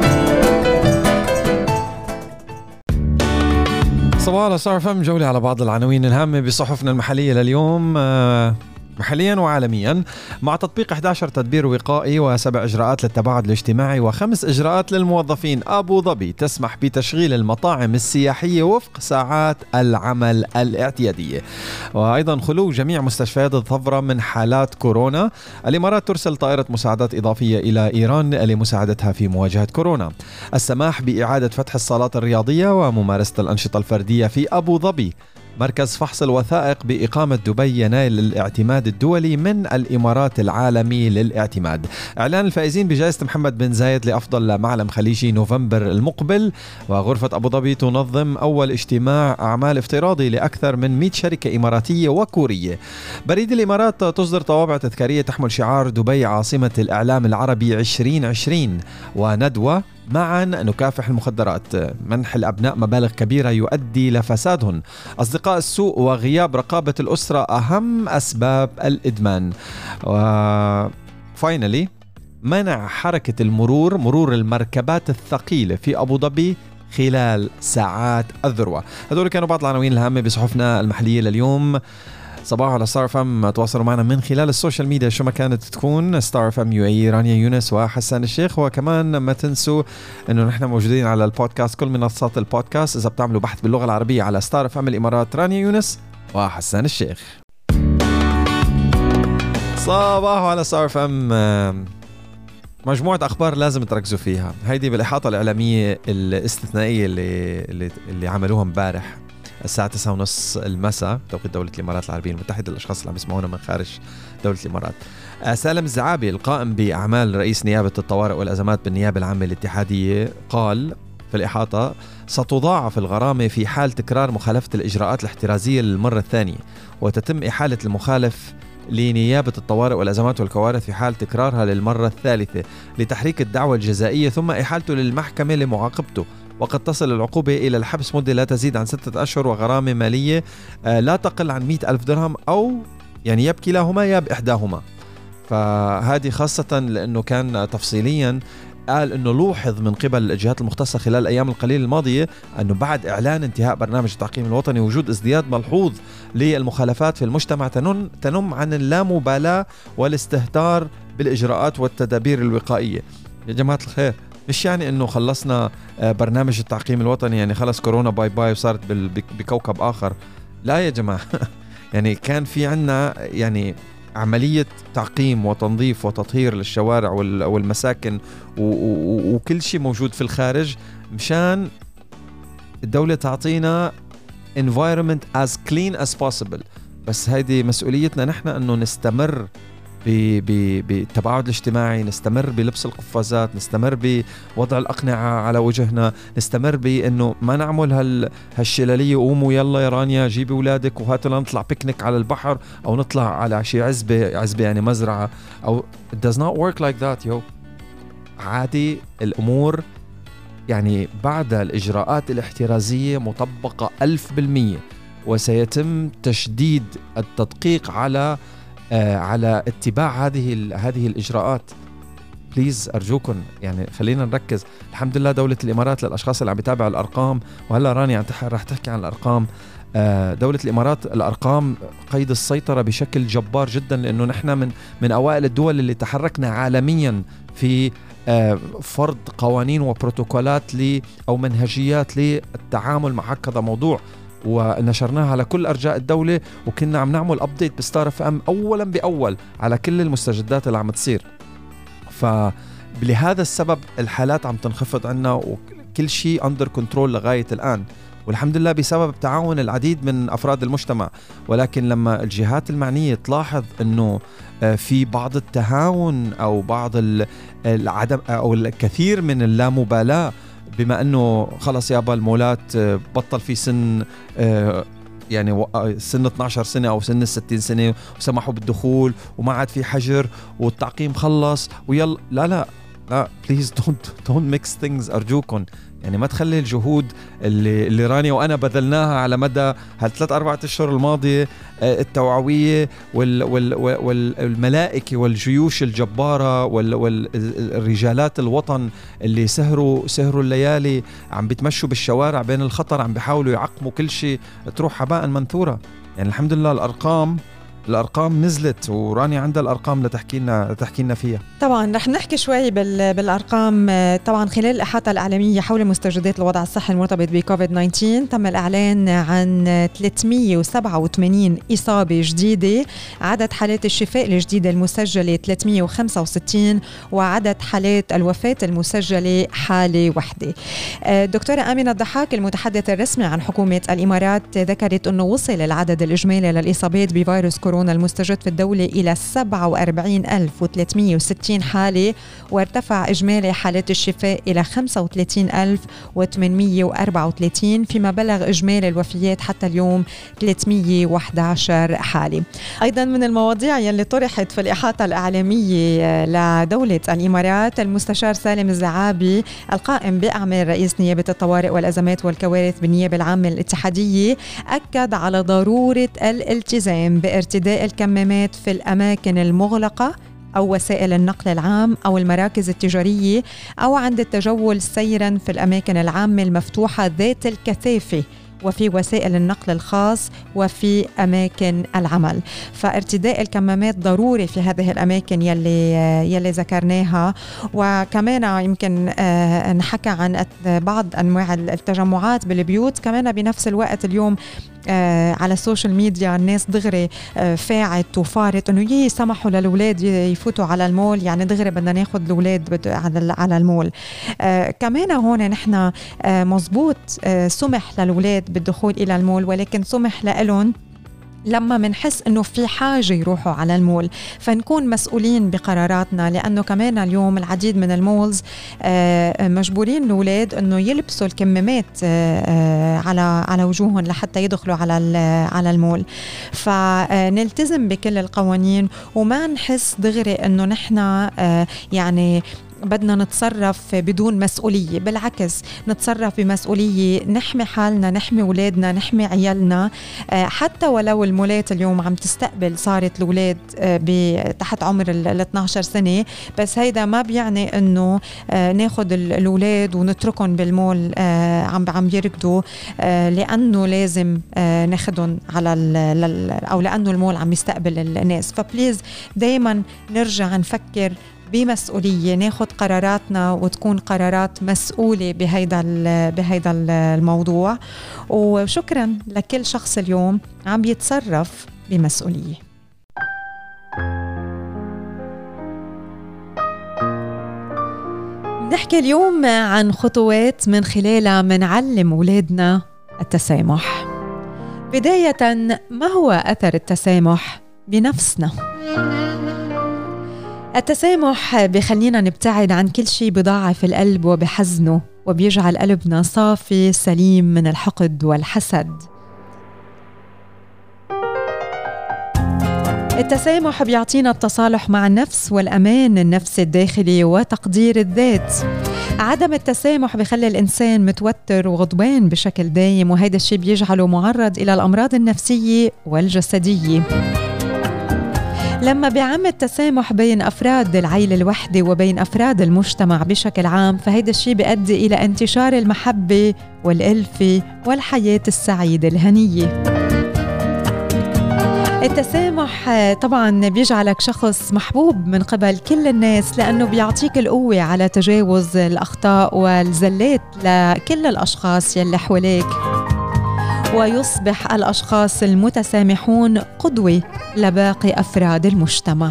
صباح على ستار FM، جولة على بعض العناوين الهامة بصحفنا المحلية لليوم محليا وعالميا. مع تطبيق 11 تدبير وقائي و7 إجراءات للتباعد الاجتماعي و5 إجراءات للموظفين، أبو ظبي تسمح بتشغيل المطاعم السياحية وفق ساعات العمل الاعتيادية. وأيضا خلو جميع مستشفيات الظفرة من حالات كورونا. الإمارات ترسل طائرة مساعدات إضافية إلى إيران لمساعدتها في مواجهة كورونا. السماح بإعادة فتح الصالات الرياضية وممارسة الأنشطة الفردية في أبو ظبي. مركز فحص الوثائق بإقامة دبي ينال الاعتماد الدولي من الإمارات العالمي للاعتماد. إعلان الفائزين بجائزة محمد بن زايد لأفضل معلم خليجي نوفمبر المقبل. وغرفة أبو ظبي تنظم أول اجتماع أعمال افتراضي لأكثر من 100 شركة إماراتية وكورية. بريد الإمارات تصدر طوابع تذكارية تحمل شعار دبي عاصمة الإعلام العربي 2020. وندوة معا نكافح المخدرات، منح الأبناء مبالغ كبيرة يؤدي لفسادهم. أصدقاء السوء وغياب رقابة الأسرة أهم أسباب الإدمان. وفاينالي منع حركة مرور المركبات الثقيلة في أبو ظبي خلال ساعات الذروة. هذول كانوا بعض العناوين الهامة بصحفنا المحلية لليوم. صباح على ستار FM، تواصلوا معنا من خلال السوشيال ميديا شو ما كانت تكون، ستار FM UAE، رانيا يونس وحسان الشيخ. وكمان ما تنسوا انه نحن موجودين على البودكاست، كل منصات البودكاست. اذا بتعملوا بحث باللغة العربية على ستار FM الإمارات، رانيا يونس وحسان الشيخ. صباح على ستار FM. مجموعة أخبار لازم تركزوا فيها، هيدي بالإحاطة الإعلامية الاستثنائية اللي عملوها امبارح الساعة 9:30 المساء توقيت دولة الإمارات العربية المتحدة. الأشخاص اللي عم يسمعونا من خارج دولة الإمارات. سالم الزعابي القائم بأعمال رئيس نيابة الطوارئ والأزمات بالنيابة العامة الاتحادية قال في الإحاطة: ستضاعف الغرامة في حال تكرار مخالفة الإجراءات الاحترازية للمرة الثانية، وتتم إحالة المخالف لنيابة الطوارئ والأزمات والكوارث في حال تكرارها للمرة الثالثة لتحريك الدعوة الجزائية ثم إحالته للمحكمة لمعاقبته. وقد تصل العقوبة إلى الحبس مدة لا تزيد عن 6 أشهر وغرامة مالية لا تقل عن 100,000 درهم، أو يعني يبكي لهما يا بإحداهما. فهذه خاصة لأنه كان تفصيليا قال أنه لوحظ من قبل الجهات المختصة خلال الأيام القليلة الماضية أنه بعد إعلان انتهاء برنامج التعقيم الوطني وجود ازدياد ملحوظ للمخالفات في المجتمع تنم عن اللامبالاة والاستهتار بالإجراءات والتدابير الوقائية. يا جماعة الخير، مش يعني أنه خلصنا برنامج التعقيم الوطني يعني خلص كورونا باي باي وصارت بكوكب آخر. لا يا جماعة يعني كان في عنا يعني عملية تعقيم وتنظيف وتطهير للشوارع والمساكن وكل شيء موجود في الخارج مشان الدولة تعطينا environment as clean as possible. بس هيدي مسؤوليتنا نحن أنه نستمر بالتباعد الاجتماعي، نستمر بلبس القفازات، نستمر بوضع الأقنعة على وجهنا، نستمر بأنه ما نعمل هالشلالية قوموا يلا يا رانيا جيبي أولادك وهاتوا نطلع بيكنيك على البحر أو نطلع على شيء عزبة يعني مزرعة أو it does not work like that yo. عادي الأمور يعني بعد الإجراءات الاحترازية مطبقة 1000%، وسيتم تشديد التدقيق على اتباع هذه الإجراءات. بليز أرجوكم يعني خلينا نركز. الحمد لله دولة الإمارات للأشخاص اللي عم بتابع الأرقام، وهلا راني رح تحكي عن الأرقام. دولة الإمارات الأرقام قيد السيطرة بشكل جبار جدا، لأنه نحن من أوائل الدول اللي تحركنا عالميا في فرض قوانين وبروتوكولات أو منهجيات للتعامل مع هكذا موضوع، ونشرناها على كل أرجاء الدولة، وكنا عم نعمل أبديت بستار اف ام أولا بأول على كل المستجدات اللي عم تصير. فلهذا السبب الحالات عم تنخفض عنا وكل شيء أندر كنترول لغاية الآن، والحمد لله بسبب تعاون العديد من أفراد المجتمع. ولكن لما الجهات المعنية تلاحظ أنه في بعض التهاون أو بعض العدم أو الكثير من اللامبالاة، بما أنه خلص يابا المولات بطل في سن يعني سن 12 سنة أو سن 60 سنة وسمحوا بالدخول وما عاد في حجر والتعقيم خلص ويلا، لا please don't mix things أرجوكم. يعني ما تخلي الجهود اللي راني وأنا بذلناها على مدى هال3-4 أشهر الماضية، التوعوية والملائكة والجيوش الجبارة والرجالات الوطن اللي سهروا الليالي عم بيتمشوا بالشوارع بين الخطر، عم بيحاولوا يعقموا كل شيء، تروح هباء منثورة. يعني الحمد لله الأرقام نزلت، وراني عندها الأرقام لتحكي لنا فيها. طبعا رح نحكي شوي بالأرقام. طبعا خلال الإحاطة الإعلامية حول مستجدات الوضع الصحي المرتبط بكوفيد 19 تم الإعلان عن 387 إصابة جديدة، عدد حالات الشفاء الجديدة المسجلة 365، وعدد حالات الوفاة المسجلة حالة واحدة. دكتورة آمنة الضحاك المتحدث الرسمي عن حكومة الإمارات ذكرت أنه وصل العدد الإجمالي للإصابات بفيروس كورونا المستجد في الدولة إلى 47,360 حالة، وارتفع إجمالي حالات الشفاء إلى 35,834، فيما بلغ إجمالي الوفيات حتى اليوم 311 حالة. أيضا من المواضيع يلي طرحت في الإحاطة الإعلامية لدولة الإمارات، المستشار سالم الزعابي القائم بأعمال رئيس نيابة الطوارئ والأزمات والكوارث بالنيابة العامة الاتحادية أكد على ضرورة الالتزام بارتداء الكمامات في الأماكن المغلقة أو وسائل النقل العام أو المراكز التجارية، أو عند التجول سيراً في الأماكن العامة المفتوحة ذات الكثافة، وفي وسائل النقل الخاص، وفي أماكن العمل. فارتداء الكمامات ضروري في هذه الأماكن يلي ذكرناها. وكمان يمكن نحكى عن بعض أنواع التجمعات بالبيوت كمان. بنفس الوقت اليوم على السوشيال ميديا الناس دغري فاعت وفارت انه يسمحوا للأولاد يفوتوا على المول، يعني دغري بدنا ناخد الأولاد على المول. كمان هون نحن مزبوط سمح للأولاد بالدخول إلى المول، ولكن سمح لهم لما منحس انه في حاجة يروحوا على المول، فنكون مسؤولين بقراراتنا. لانه كمان اليوم العديد من المولز مجبورين الأولاد انه يلبسوا الكمامات على وجوههم لحتى يدخلوا على المول. فنلتزم بكل القوانين وما نحس دغري انه نحن يعني بدنا نتصرف بدون مسؤولية، بالعكس نتصرف بمسؤولية، نحمي حالنا، نحمي أولادنا، نحمي عيالنا. حتى ولو المولات اليوم عم تستقبل، صارت الأولاد تحت عمر 12 سنة، بس هيدا ما بيعني أنه ناخد الأولاد ونتركهم بالمول عم يركضوا، لأنه لازم ناخدهم على أو لأنه المول عم يستقبل الناس. فبليز دايما نرجع نفكر بمسؤولية، ناخد قراراتنا وتكون قرارات مسؤولة بهيدا الموضوع. وشكرا لكل شخص اليوم عم يتصرف بمسؤولية. نحكي اليوم عن خطوات من خلالها منعلم أولادنا التسامح. بداية، ما هو أثر التسامح بنفسنا؟ التسامح بخلينا نبتعد عن كل شيء بضاعف القلب وبحزنه، وبيجعل قلبنا صافي سليم من الحقد والحسد. التسامح بيعطينا التصالح مع النفس والأمان النفسي الداخلي وتقدير الذات. عدم التسامح بخلي الإنسان متوتر وغضبان بشكل دايم، وهذا الشيء بيجعله معرض إلى الأمراض النفسية والجسدية. لما بيعم التسامح بين أفراد العائلة الوحدة وبين أفراد المجتمع بشكل عام، فهذا الشيء بيؤدي إلى انتشار المحبة والألفة والحياة السعيدة الهنية. التسامح طبعاً بيجعلك شخص محبوب من قبل كل الناس، لأنه بيعطيك القوة على تجاوز الأخطاء والزلات لكل الأشخاص يلي حواليك، ويصبح الأشخاص المتسامحون قدوة لباقي أفراد المجتمع.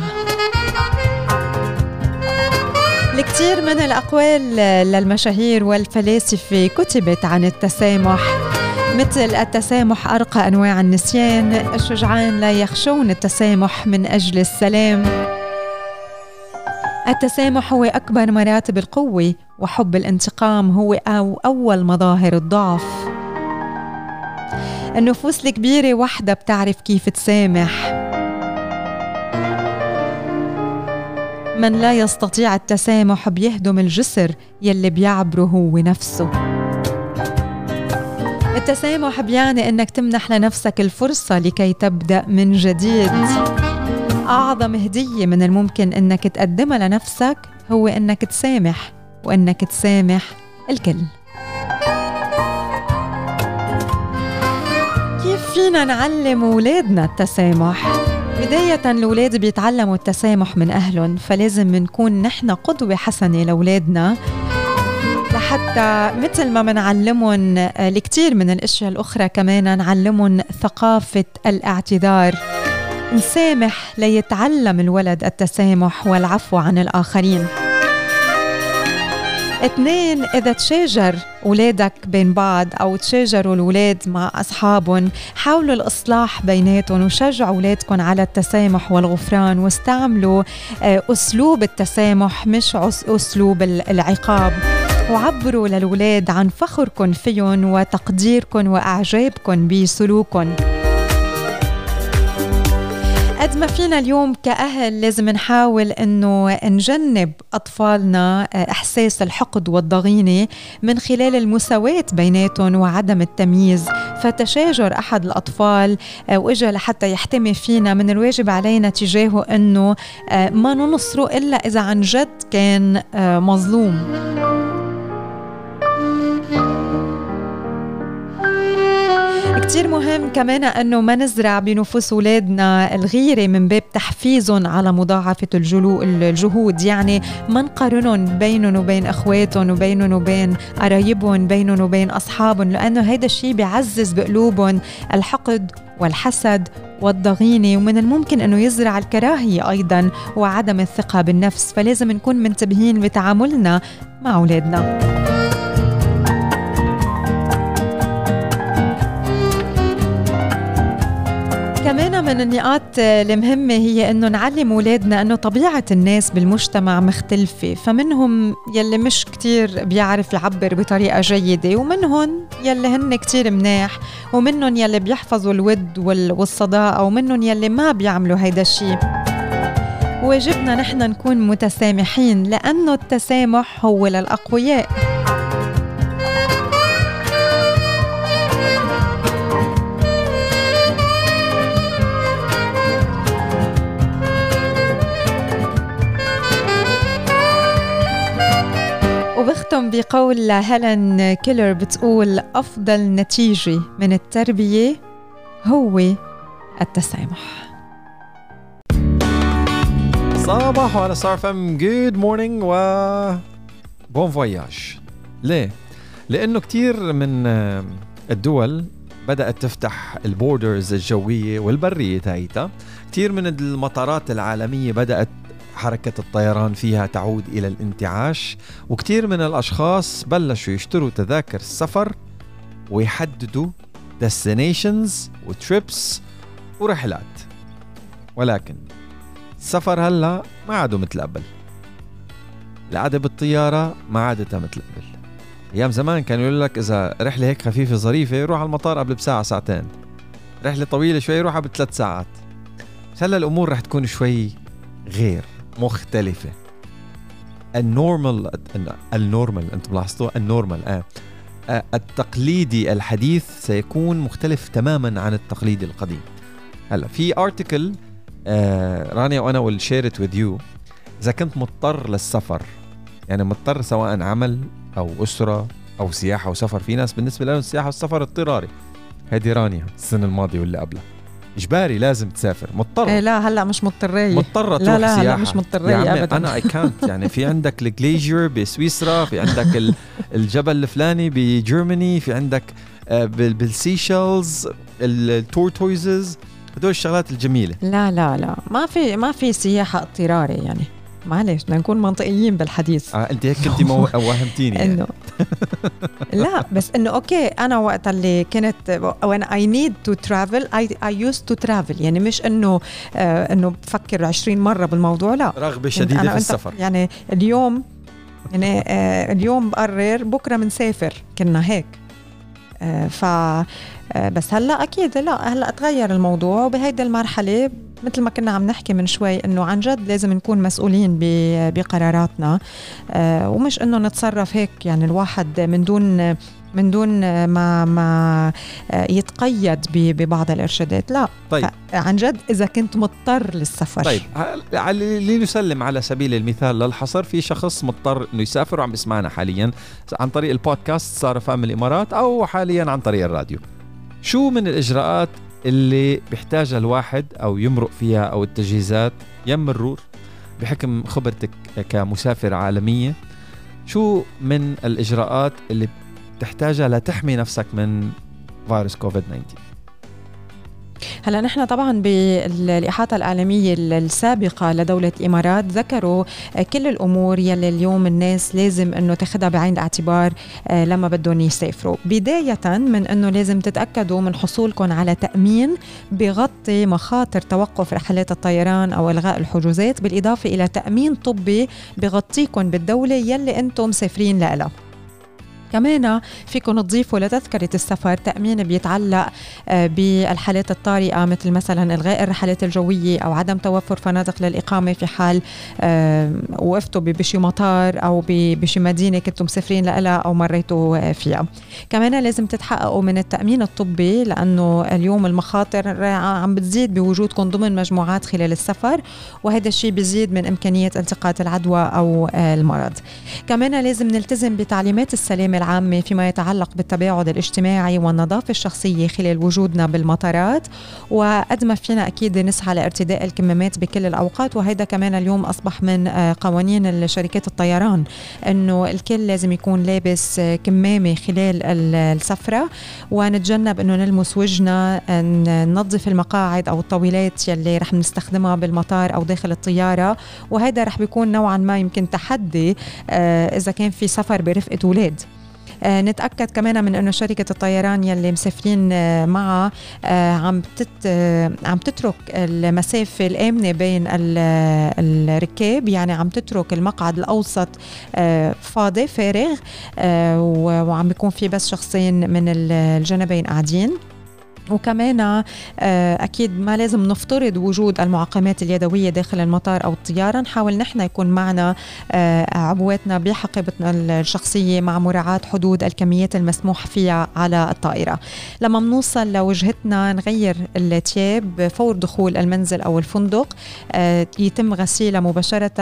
الكثير من الأقوال للمشاهير والفلاسفة كتبت عن التسامح، مثل التسامح أرقى أنواع النسيان، الشجعان لا يخشون التسامح من أجل السلام، التسامح هو أكبر مراتب القوة، وحب الانتقام هو أول مظاهر الضعف. النفوس الكبيرة وحدة بتعرف كيف تسامح. من لا يستطيع التسامح بيهدم الجسر يلي بيعبره هو نفسه. التسامح بيعني إنك تمنح لنفسك الفرصة لكي تبدأ من جديد. أعظم هدية من الممكن إنك تقدمها لنفسك هو إنك تسامح، وإنك تسامح الكل. كيف فينا نعلم أولادنا التسامح؟ بداية الأولاد بيتعلموا التسامح من أهلهم، فلازم نكون نحن قدوة حسنة لأولادنا، لحتى مثل ما منعلمهم الكثير من الأشياء الأخرى كمان نعلمهم ثقافة الاعتذار. نسامح ليتعلم الولد التسامح والعفو عن الآخرين. 2، إذا تشاجر أولادك بين بعض أو تشاجروا الأولاد مع أصحابهم، حاولوا الإصلاح بيناتهم وشجعوا أولادكم على التسامح والغفران، واستعملوا أسلوب التسامح مش أسلوب العقاب، وعبروا للأولاد عن فخركم فيهم وتقديركم وأعجابكم بسلوكهم. قد ما فينا اليوم كأهل لازم نحاول إنه نجنب أطفالنا إحساس الحقد والضغينة من خلال المساواة بيناتهم وعدم التمييز. فتشاجر أحد الأطفال وإجا لحتى يحتمي فينا، من الواجب علينا تجاهه إنه ما ننصره إلا إذا عن جد كان مظلوم. كتير مهم كمان أنه ما نزرع بنفوس أولادنا الغيرة من باب تحفيزهم على مضاعفة الجهود. يعني ما نقارنهم بينهم وبين أخواتهم وبينهم وبين قرايبهم بينهم وبين أصحابهم، لأنه هيدا الشيء بيعزز بقلوبهم الحقد والحسد والضغينة، ومن الممكن أنه يزرع الكراهية أيضا وعدم الثقة بالنفس. فلازم نكون منتبهين بتعاملنا مع أولادنا. كمان من النقاط المهمة هي أنه نعلم أولادنا أنه طبيعة الناس بالمجتمع مختلفة، فمنهم يلي مش كتير بيعرف يعبر بطريقة جيدة، ومنهم يلي هن كتير مناح، ومنهم يلي بيحفظوا الود والصداقة، ومنهم يلي ما بيعملوا هيدا الشيء. واجبنا نحن نكون متسامحين لأنه التسامح هو للأقوياء. وبختم بقول هيلين كيلر بتقول أفضل نتيجة من التربية هو التسامح. صباح على ستار اف ام. جود مورنينج و بون فواياج. ليه؟ لأنه كتير من الدول بدأت تفتح البوردرز الجوية والبرية تاعتها. كتير من المطارات العالمية بدأت حركة الطيران فيها تعود إلى الانتعاش، وكتير من الأشخاص بلشوا يشتروا تذاكر السفر ويحددوا destinations وtrips ورحلات. ولكن السفر هلا ما عادوا مثل قبل. القعدة بالطيارة ما عادتها مثل قبل. أيام زمان كانوا يقول لك إذا رحلة هيك خفيفة ظريفة روح على المطار قبل بساعة ساعتين، رحلة طويلة شوي روح قبل 3 ساعات. هلا الأمور رح تكون شوي غير مختلفة. النورمال أنتم لاحظتوا النورمال التقليدي الحديث سيكون مختلف تماما عن التقليدي القديم. هلا في ارتكل رانيا وانا will share it with you. اذا كنت مضطر للسفر، يعني مضطر سواء عمل او اسره او سياحه وسفر، في ناس بالنسبه لهم السياحه والسفر اضطراري. هيدي رانيا السنه الماضيه واللي قبلها اجباري لازم تسافر، مضطر. لا هلا مش مضطريه، مضطره تروح سياحه. لا مش مضطريه ابدا. انا اي كانت يعني في عندك الجليجر بسويسرا، في عندك الجبل الفلاني بجيرماني، في عندك بالسيشلز التورتويزز، هدول الشغلات الجميله. لا ما في سياحه اضطراري يعني، معلش بدنا نكون منطقيين بالحديث. انت هيك كنتي وهمتيني يعني. انه لا بس انه اوكي، انا وقت اللي كنت when I need to travel I used to travel، يعني مش انه بفكر 20 مره بالموضوع، لا رغبه شديده في السفر. يعني اليوم اليوم بقرر بكره منسافر، كنا هيك. بس هلا اكيد لا، هلا تغير الموضوع. وبهيدي المرحله مثل ما كنا عم نحكي من شوي انه عن جد لازم نكون مسؤولين بقراراتنا، ومش انه نتصرف هيك يعني الواحد من دون ما يتقيد ببعض الارشادات. لا طيب عن جد اذا كنت مضطر للسفر. طيب لنسلم على سبيل المثال للحصر في شخص مضطر انه يسافر وعم بيسمعنا حاليا عن طريق البودكاست صار فهم الامارات او حاليا عن طريق الراديو. شو من الاجراءات اللي بيحتاجها الواحد او يمرق فيها او التجهيزات يم مرور بحكم خبرتك كمسافر عالمية؟ شو من الاجراءات اللي تحتاجها لتحمي نفسك من فيروس كوفيد-19؟ هلا نحن طبعا بالإحاطة العالمية السابقة لدولة الإمارات ذكروا كل الأمور يلي اليوم الناس لازم أنه تاخدها بعين الاعتبار لما بدهم يسافروا. بداية من أنه لازم تتأكدوا من حصولكم على تأمين بغطي مخاطر توقف رحلات الطيران أو إلغاء الحجوزات، بالإضافة إلى تأمين طبي بغطيكم بالدولة يلي أنتم مسافرين لها. كمان فيكم تضيفوا لتذكرة السفر تأمين بيتعلق بالحالات الطارئة، مثل مثلا إلغاء الرحلات الجوية أو عدم توفر فنادق للإقامة في حال وقفتوا بشي مطار أو بشي مدينة كنتم مسافرين لها أو مريتوا فيها. كمان لازم تتحققوا من التأمين الطبي، لأنه اليوم المخاطر عم بتزيد بوجودكم ضمن مجموعات خلال السفر، وهذا الشيء بيزيد من إمكانية التقاط العدوى أو المرض. كمان لازم نلتزم بتعليمات السلامة العامة فيما يتعلق بالتباعد الاجتماعي والنظافة الشخصية خلال وجودنا بالمطارات، وقد ما فينا أكيد نسعى لارتداء الكمامات بكل الأوقات. وهذا كمان اليوم أصبح من قوانين شركات الطيران، أنه الكل لازم يكون لابس كمامة خلال السفرة، ونتجنب أنه نلمس وجهنا، ننظف المقاعد أو الطاولات يلي رح نستخدمها بالمطار أو داخل الطيارة. وهذا رح بيكون نوعا ما يمكن تحدي إذا كان في سفر برفقة أولاد. نتأكد كمان من أنه شركة الطيران يلي مسافرين معها عم تترك المسافة الآمنة بين الركاب، يعني عم تترك المقعد الأوسط فاضي فارغ، وعم بيكون في بس شخصين من الجانبين قاعدين. وكمان أكيد ما لازم نفترض وجود المعقمات اليدوية داخل المطار أو الطيارة. نحاول نحن يكون معنا عبواتنا بحقيبتنا الشخصية مع مراعاة حدود الكميات المسموح فيها على الطائرة. لما منوصل لوجهتنا نغير الثياب فور دخول المنزل أو الفندق، يتم غسيلها مباشرة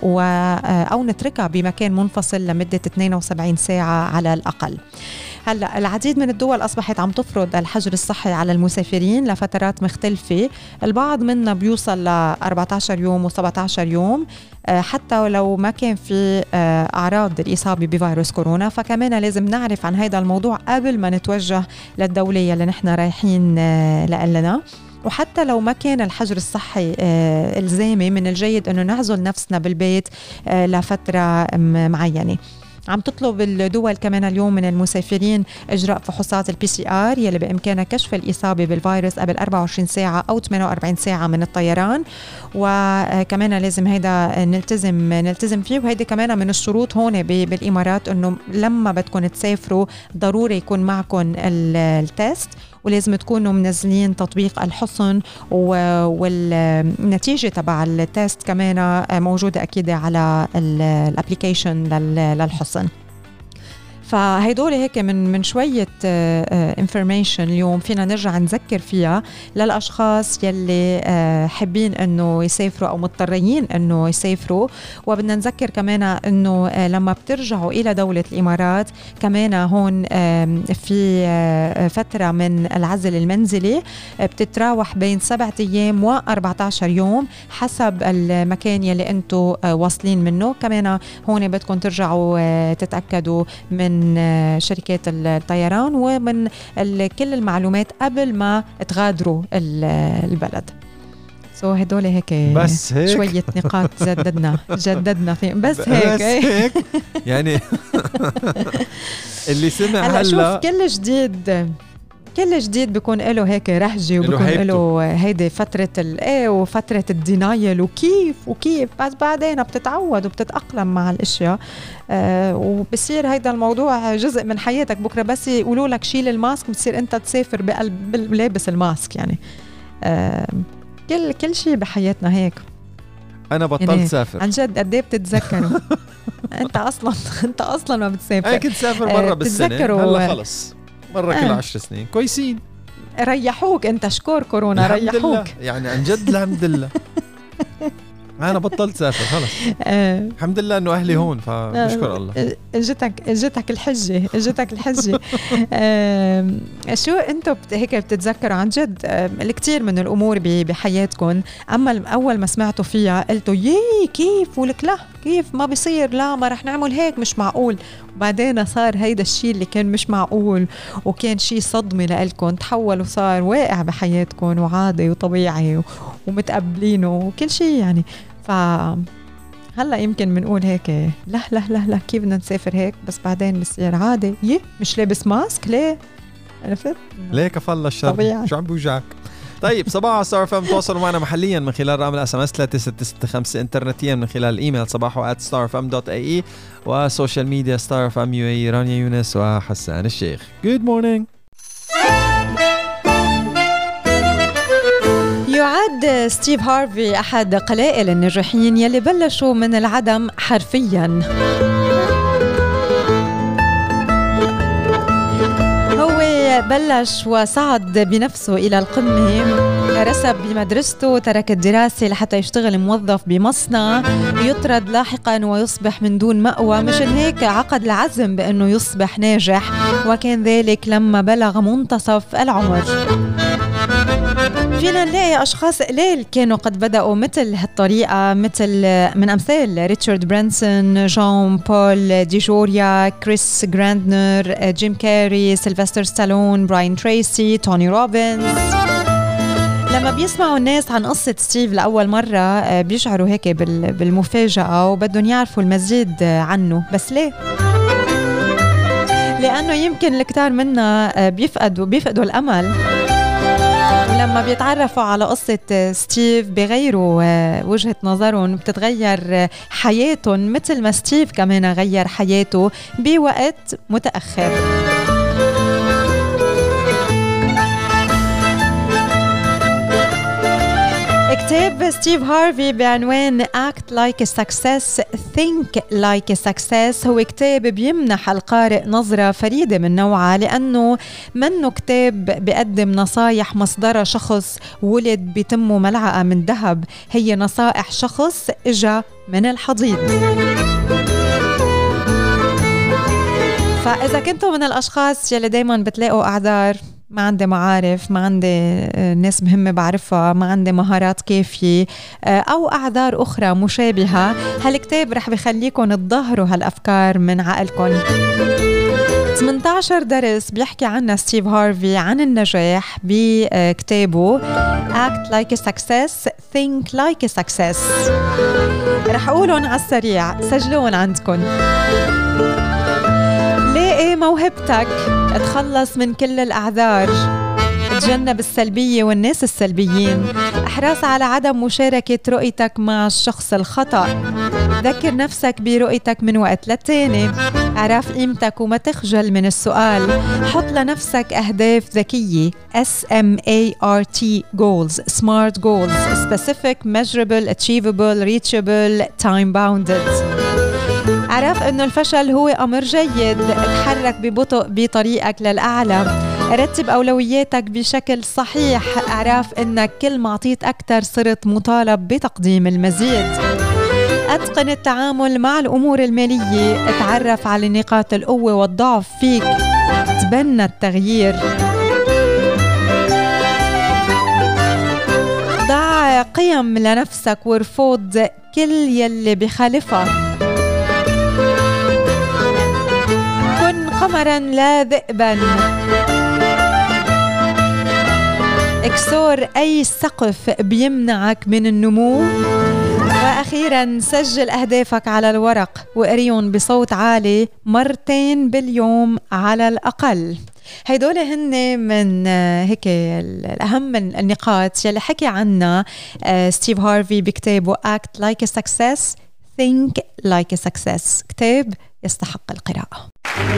أو نتركها بمكان منفصل لمدة 72 ساعة على الأقل. هلأ العديد من الدول أصبحت عم تفرض الحجر الصحي على المسافرين لفترات مختلفة، البعض منا بيوصل ل 14 يوم و17 يوم حتى ولو ما كان في أعراض الإصابة بفيروس كورونا. فكمان لازم نعرف عن هذا الموضوع قبل ما نتوجه للدولة اللي نحن رايحين لنا. وحتى لو ما كان الحجر الصحي إلزامي، من الجيد أنه نعزل نفسنا بالبيت لفترة معينة. عم تطلب الدول كمان اليوم من المسافرين إجراء فحوصات الPCR يلي بإمكانها كشف الإصابة بالفيروس قبل 24 ساعة أو 48 ساعة من الطيران، وكمان لازم هيدا نلتزم فيه. وهيدا كمان من الشروط هون بالإمارات أنه لما بدكم تسافروا ضروري يكون معكم التست، ولازم تكونوا منزلين تطبيق الحصن، والنتيجة تبع التست كمان موجودة أكيد على الابليكيشن للحصن. فهيدول هيك من شوية information اليوم فينا نرجع نذكر فيها للأشخاص يلي حابين أنه يسافروا أو مضطرين أنه يسافروا. وبدنا نذكر كمان أنه لما بترجعوا إلى دولة الإمارات كمان هون في فترة من العزل المنزلي بتتراوح بين 7 أيام و14 يوم حسب المكان يلي أنتوا واصلين منه. كمان هون بدكم ترجعوا تتأكدوا من شركات الطيران ومن كل المعلومات قبل ما تغادروا البلد. هدول هيك بس هيك شوية نقاط جددنا في بس هيك يعني اللي سمع هلا شوف كل جديد بيكون له هيك رهجة وبيكون له هيدي فترة وفترة الدينايل وكيف بس بعدين بتتعود وبتتأقلم مع الاشياء وبصير هيدا الموضوع جزء من حياتك. بكرة بس يقولوا لك شيل الماسك بتصير انت تسافر لابس الماسك. يعني كل شيء بحياتنا هيك. انا بطلت يعني سافر عن جد. قد ايه بتتذكروا انت اصلا ما بتسافر. انا كنت سافر مرة بالسنة، هلا خلص مرة كل 10 سنين. كويسين ريحوك انت، شكور كورونا ريحوك يعني عن جد. الحمد لله أنا بطلت سافر خلص. الحمد لله إنه أهلي هون فنشكر الله. اجتك الحجة شو أنتوا هيك بتتذكروا عن جد الكثير من الأمور بحياتكم، أما أول ما سمعتوا فيها قلتوا كيف ولك لا كيف ما بيصير، لا ما رح نعمل هيك، مش معقول. وبعدين صار هيدا الشيء اللي كان مش معقول وكان شيء صدمة لإلكم تحول وصار واقع بحياتكم وعادي وطبيعي ومتقبلينه وكل شيء. يعني هلا يمكن بنقول هيك لا لا لا لا كيف بدنا نسافر هيك، بس بعدين بصير عادي. مش لابس ماسك ليه؟ عرفت؟ ليه كفل الشر طبيعي. شو عم بوجعك؟ طيب صباح ستار اف ام. تواصلوا معنا محليا من خلال رقم الاس ام اس 3665، انترنتيا من خلال الايميل صباحو@starfm.ae، وسوشيال ميديا ستار اف ام UAE. رانيا يونس وحسان الشيخ. جود مورنينج. يعد ستيف هارفي أحد قلائل الناجحين يلي بلشوا من العدم حرفياً. هو بلش وصعد بنفسه إلى القمة، رسب بمدرسته، ترك الدراسة لحتى يشتغل موظف بمصنع، يطرد لاحقاً ويصبح من دون مأوى. مشان هيك عقد العزم بأنه يصبح ناجح، وكان ذلك لما بلغ منتصف العمر. فينا نلاقي أشخاص قليل كانوا قد بدأوا مثل هالطريقة، مثل من أمثال ريتشارد برانسون، جون بول ديجوريا، كريس جراندنر، جيم كاري، سيلفستر ستالون، براين تريسي، توني روبنز. لما بيسمعوا الناس عن قصة ستيف لأول مرة بيشعروا هيك بالمفاجأة وبدهم يعرفوا المزيد عنه. بس ليه؟ لأنه يمكن الكتار منا بيفقدوا الأمل، ولما بيتعرفوا على قصة ستيف بيغيروا وجهة نظرهم، بتتغير حياتهم مثل ما ستيف كمان غير حياته بوقت متأخر. كتاب ستيف هارفي بعنوان Act Like a Success Think Like a Success هو كتاب بيمنح القارئ نظرة فريدة من نوعها، لأنه منه كتاب بيقدم نصايح مصدرها شخص ولد بتمه ملعقة من ذهب، هي نصائح شخص إجا من الحضيض. فإذا كنتوا من الأشخاص يلي دايما بتلاقوا أعذار، ما عندي معارف، ما عندي ناس مهمة بعرفها، ما عندي مهارات كافية، أو أعذار أخرى مشابهة، هالكتاب رح بيخليكم تظهروا هالأفكار من عقلكم. 18 درس بيحكي عنها ستيف هارفي عن النجاح بكتابه Act Like a Success Think Like a Success. رح أقولهم على السريع، سجلون عندكم. لاقي موهبتك، اتخلص من كل الأعذار، تجنب السلبية والناس السلبيين، احرص على عدم مشاركة رؤيتك مع الشخص الخطأ، ذكر نفسك برؤيتك من وقت للتاني، اعرف قيمتك وما تخجل من السؤال، حط لنفسك أهداف ذكية SMART goals, smart goals, specific, measurable, achievable, reachable, time bounded. اعرف انه الفشل هو امر جيد، اتحرك ببطء بطريقك للاعلى، رتب اولوياتك بشكل صحيح، اعرف انك كل ما اعطيت اكثر صرت مطالب بتقديم المزيد، اتقن التعامل مع الامور الماليه، اتعرف على نقاط القوه والضعف فيك، تبنى التغيير، ضع قيم لنفسك وارفض كل يلي بخالفها، قمرا لا ذئبا، اكسور أي سقف بيمنعك من النمو، وأخيرا سجل أهدافك على الورق وقريهم بصوت عالي 2 باليوم على الأقل. هيدول هن من هيك الأهم النقاط يلي حكي عنها ستيف هارفي بكتابه Act Like a Success Think Like a Success. كتاب يستحق القراءة.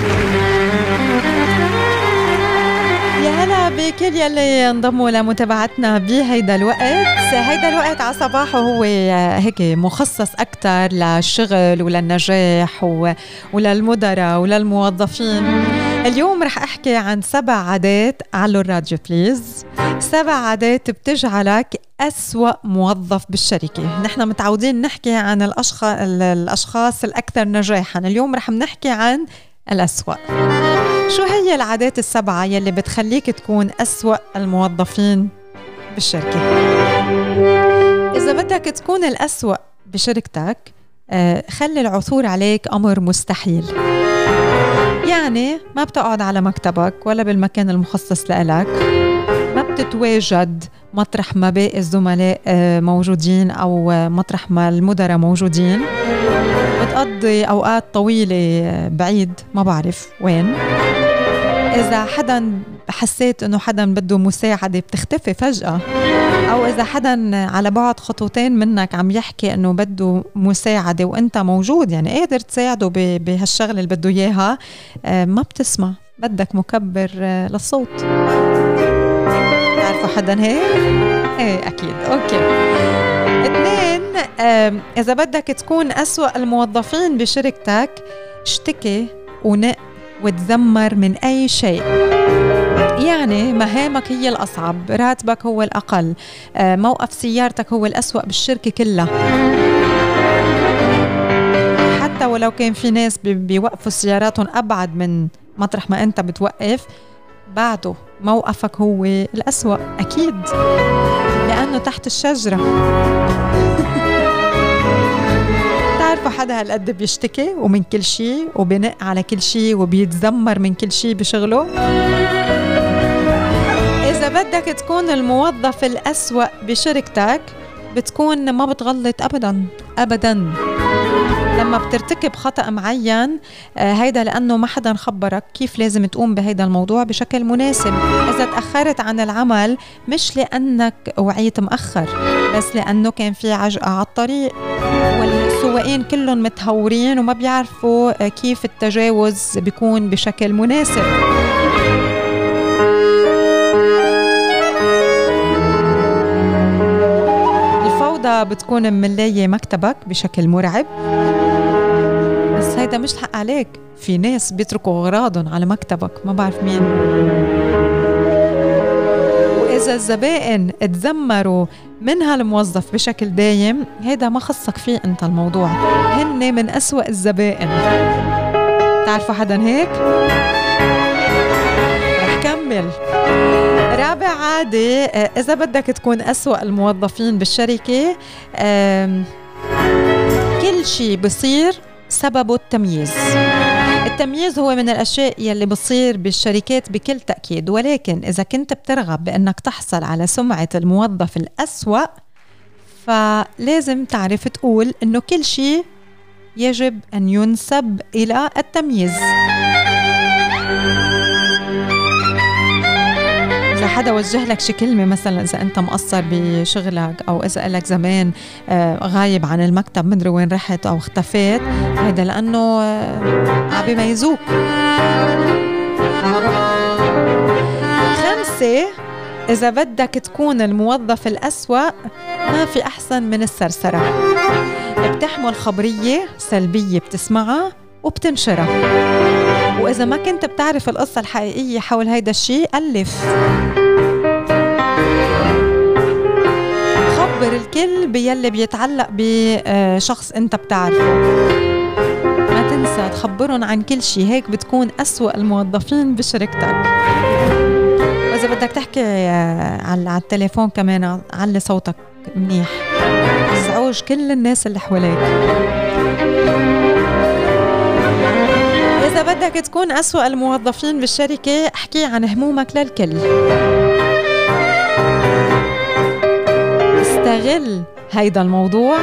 يا هلا بكل يلي انضموا لمتابعتنا بهيدا الوقت. هيدا الوقت على صباحه هو هيك مخصص أكتر للشغل وللنجاح وللمدراء وللموظفين. اليوم رح أحكي عن 7 عادات، علوا الراديو بليز، 7 عادات بتجعلك أسوأ موظف بالشركة. نحن متعودين نحكي عن الأشخاص الأكثر نجاحاً، اليوم رح نحكي عن الأسوأ. شو هي العادات ال7 يلي بتخليك تكون أسوأ الموظفين بالشركة؟ إذا بدك تكون الأسوأ بشركتك، خلي العثور عليك أمر مستحيل. يعني ما بتقعد على مكتبك ولا بالمكان المخصص لإلك، ما بتتواجد مطرح ما باقي الزملاء موجودين أو مطرح ما المدراء موجودين، بتقضي أوقات طويلة بعيد ما بعرف وين. إذا حدا حسيت إنه حدا بده مساعدة بتختفي فجأة، أو إذا حدا على بعد خطوتين منك عم يحكي إنه بده مساعدة وإنت موجود يعني قادر تساعده بهالشغل اللي بده إياها، ما بتسمع، بدك مكبر للصوت. تعرفوا حدا هيك؟ إيه أكيد. أوكي. 2، إذا بدك تكون أسوأ الموظفين بشركتك، اشتكي ونق وتذمر من أي شيء. يعني مهامك هي الأصعب، راتبك هو الأقل، موقف سيارتك هو الأسوأ بالشركة كلها. حتى ولو كان في ناس بيوقفوا سياراتهم أبعد من مطرح ما أنت بتوقف، بعده موقفك هو الأسوأ أكيد، لأنه تحت الشجرة. تعرفوا حدا هالقد بيشتكي ومن كل شيء وبنق على كل شيء وبيتذمر من كل شيء بشغله؟ إذا بدك تكون الموظف الأسوأ بشركتك، بتكون ما بتغلط أبداً أبداً. لما بترتكب خطأ معين، هيدا لأنه ما حدا خبرك كيف لازم تقوم بهيدا الموضوع بشكل مناسب. إذا تأخرت عن العمل مش لأنك وعيت مأخر، بس لأنه كان في عجقة على الطريق، والسواقين كلهم متهورين وما بيعرفوا كيف التجاوز بيكون بشكل مناسب. مرة بتكون مملاية مكتبك بشكل مرعب، بس هيدا مش الحق عليك، في ناس بيتركوا أغراضهم على مكتبك ما بعرف مين. وإذا الزبائن اتذمروا من هالموظف بشكل دايم، هيدا ما خصك فيه أنت الموضوع، هن من أسوأ الزبائن. تعرفوا حدا هيك؟ رح كمل. رابع عادة، إذا بدك تكون أسوأ الموظفين بالشركة، كل شيء بصير سببه التمييز. التمييز هو من الأشياء يلي بصير بالشركات بكل تأكيد، ولكن إذا كنت بترغب بأنك تحصل على سمعة الموظف الأسوأ، فلازم تعرف تقول إنه كل شيء يجب أن ينسب إلى التمييز. إذا حدا وجه لك شي كلمة، مثلا إذا أنت مقصر بشغلك، أو إذا قالك زمان غايب عن المكتب مدري وين رحت أو اختفيت، هيدا لأنه عم بيميزوك. 5، إذا بدك تكون الموظف الأسوأ، ما في أحسن من السرسرة. بتحمل خبرية سلبية بتسمعها وبتنشرها، وإذا ما كنت بتعرف القصة الحقيقية حول هيدا الشيء، ألف. خبر الكل بيلي بيتعلق بشخص أنت بتعرفه، ما تنسى تخبرهم عن كل شيء، هيك بتكون أسوأ الموظفين بشركتك. وإذا بدك تحكي على التليفون كمان، علي صوتك منيح، ازعوج كل الناس اللي حواليك. إذا بدك تكون أسوأ الموظفين بالشركة، احكي عن همومك للكل، استغل هيدا الموضوع،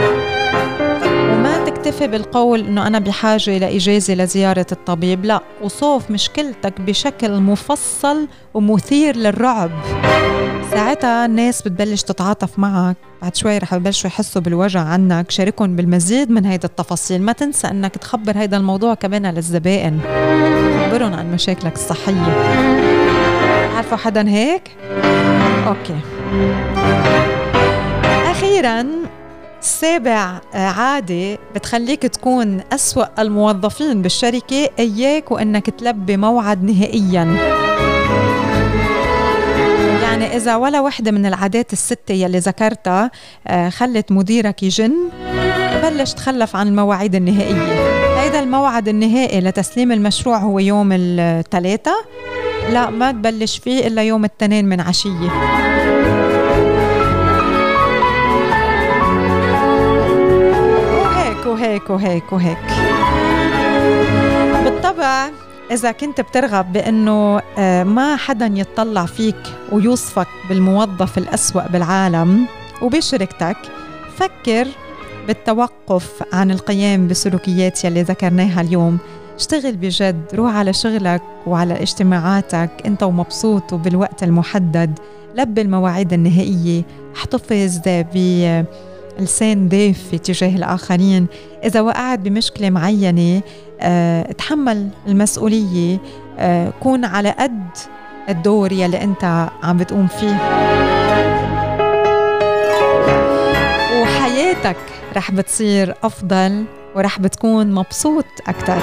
وما تكتفي بالقول إنه أنا بحاجة لإجازة لزيارة الطبيب، لا، وصوف مشكلتك بشكل مفصل ومثير للرعب. ساعتها الناس بتبلش تتعاطف معك، بعد شوي رح يبلشوا يحسوا بالوجع عنك. شاركهم بالمزيد من هيدا التفاصيل، ما تنسى انك تخبر هيدا الموضوع كمان للزبائن، خبرهم عن مشاكلك الصحية. عارفوا حدا هيك؟ اوكي. اخيراً 7 عادة بتخليك تكون أسوأ الموظفين بالشركة، إياك وإنك تلبي موعد نهائياً. يعني إذا ولا وحدة من العادات ال6 يلي ذكرتها خلت مديرك يجن، بلش تخلف عن المواعيد النهائية. هيدا الموعد النهائي لتسليم المشروع هو يوم ال3، لا، ما تبلش فيه إلا يوم الاثنين من عشية. وهيك وهيك وهيك. بالطبع إذا كنت بترغب بأنه ما حدا يتطلع فيك ويوصفك بالموظف الأسوأ بالعالم وبشركتك، فكر بالتوقف عن القيام بسلوكيات يلي ذكرناها اليوم. اشتغل بجد، روح على شغلك وعلى اجتماعاتك انت ومبسوط وبالوقت المحدد، لبي المواعيد النهائية، احتفظ بلسان دافي تجاه الآخرين. إذا وقعت بمشكلة معينة تحمل المسؤولية، كون على قد الدور يلي انت عم بتقوم فيه، وحياتك رح بتصير أفضل ورح بتكون مبسوط أكتر.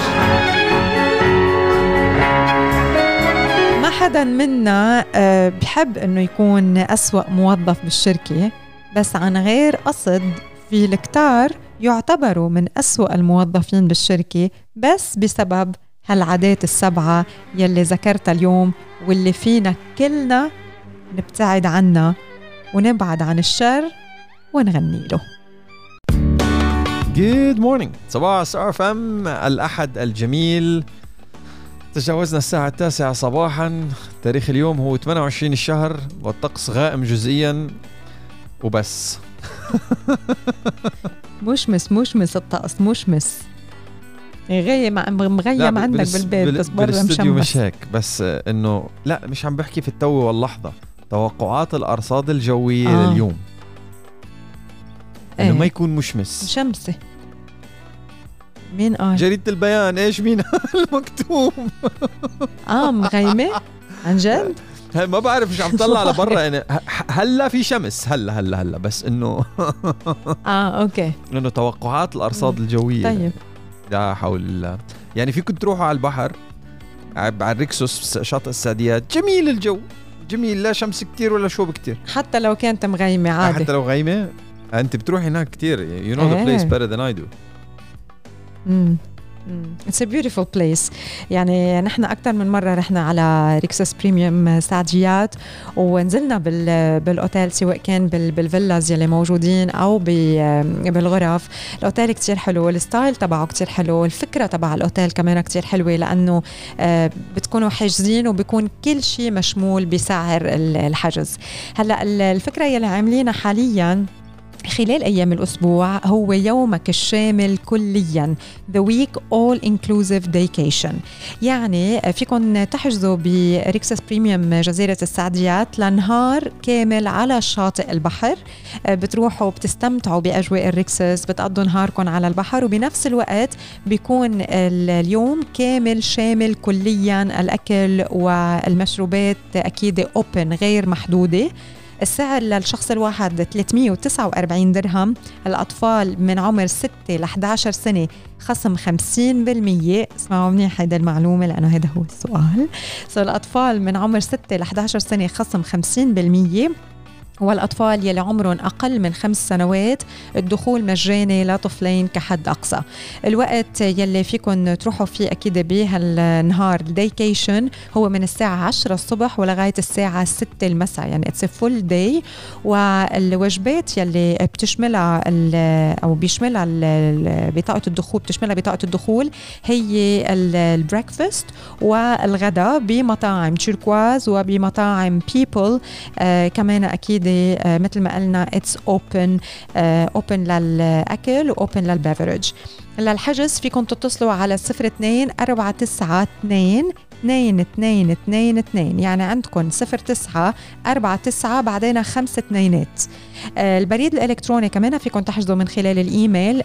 ما حدا منا بحب أنه يكون أسوأ موظف بالشركة، بس عن غير قصد في الكتار يعتبروا من أسوأ الموظفين بالشركة بس بسبب هالعادات ال7 يلي ذكرتها اليوم، واللي فينا كلنا نبتعد عنها ونبعد عن الشر ونغني له. Good morning، صباح ستار اف ام، الأحد الجميل. تجاوزنا الساعة 9 صباحا. تاريخ اليوم هو 28 الشهر، والطقس غائم جزئيا وبس. مشمس الطقس، مشمس مغيم عندك بالبيت، بس برا بالاستوديو مش هيك. بس انه لا، مش عم بحكي في التو واللحظة، توقعات الأرصاد الجوية لليوم انه ما يكون مشمس. شمسي مين قال؟ جريدة البيان ايش مين المكتوب؟ مغيمة عن جد؟ ما بعرف ايش عم طلع لبرا يعني. هلا في شمس هلا بس انه اوكي انه توقعات الارصاد الجويه. طيب لا حول الله. يعني فيكم تروحوا على البحر على الريكسوس شاطئ السعديات، جميل الجو جميل، لا شمس كتير ولا شوب كتير، حتى لو كانت مغيمة عادي. حتى لو غيمة انت بتروح هناك كتير. you know the place better than I do. It's a beautiful place. يعني نحن أكتر من مرة رحنا على ريكسس بريميوم سعديات ونزلنا بالأوتيل، سواء كان بالفيلاز يلي موجودين أو بالغرف. الأوتيل كتير حلو، الستايل تبعه كتير حلو، الفكرة تبع الأوتيل كمان كتير حلوة، لأنه بتكونوا حاجزين وبيكون كل شيء مشمول بسعر الحجز. هلأ الفكرة يلي عاملينها حالياً خلال أيام الأسبوع هو يومك الشامل كلياً The Week All Inclusive Daycation. يعني فيكن تحجزوا بريكسس بريميوم جزيرة السعديات لنهار كامل على شاطئ البحر، بتروحوا بتستمتعوا بأجواء الريكسس، بتقضوا نهاركم على البحر، وبنفس الوقت بيكون اليوم كامل شامل كلياً. الأكل والمشروبات أكيد open غير محدودة. السعر للشخص الواحد 349 درهم. الأطفال من عمر 6 ل 11 سنة خصم 50%. اسمعوا منيح هيدا المعلومة لأنه هيدا هو السؤال. الأطفال من عمر 6 ل 11 سنة خصم 50%. والأطفال يلي عمرهم أقل من 5 سنوات الدخول مجاني لطفلين كحد أقصى. الوقت يلي فيكن تروحوا فيه أكيد بهالنهار الدايكيشن هو من الساعة 10 الصبح ولغاية الساعة 6 المساء، يعني it's a full day. والوجبات يلي بتشملها أو بيشملها بطاقة الدخول، بتشملها بطاقة الدخول هي البريكفاست والغداء بمطاعم تشيركواز وبمطاعم بيبل. كمان أكيد مثل ما قلنا it's open للأكل و open للبيفرج. للحجز فيكم تتصلوا على 02-492-2222، يعني عندكم 0949 بعدين 5 2. البريد الإلكتروني كمان فيكم تحجزوا من خلال الإيميل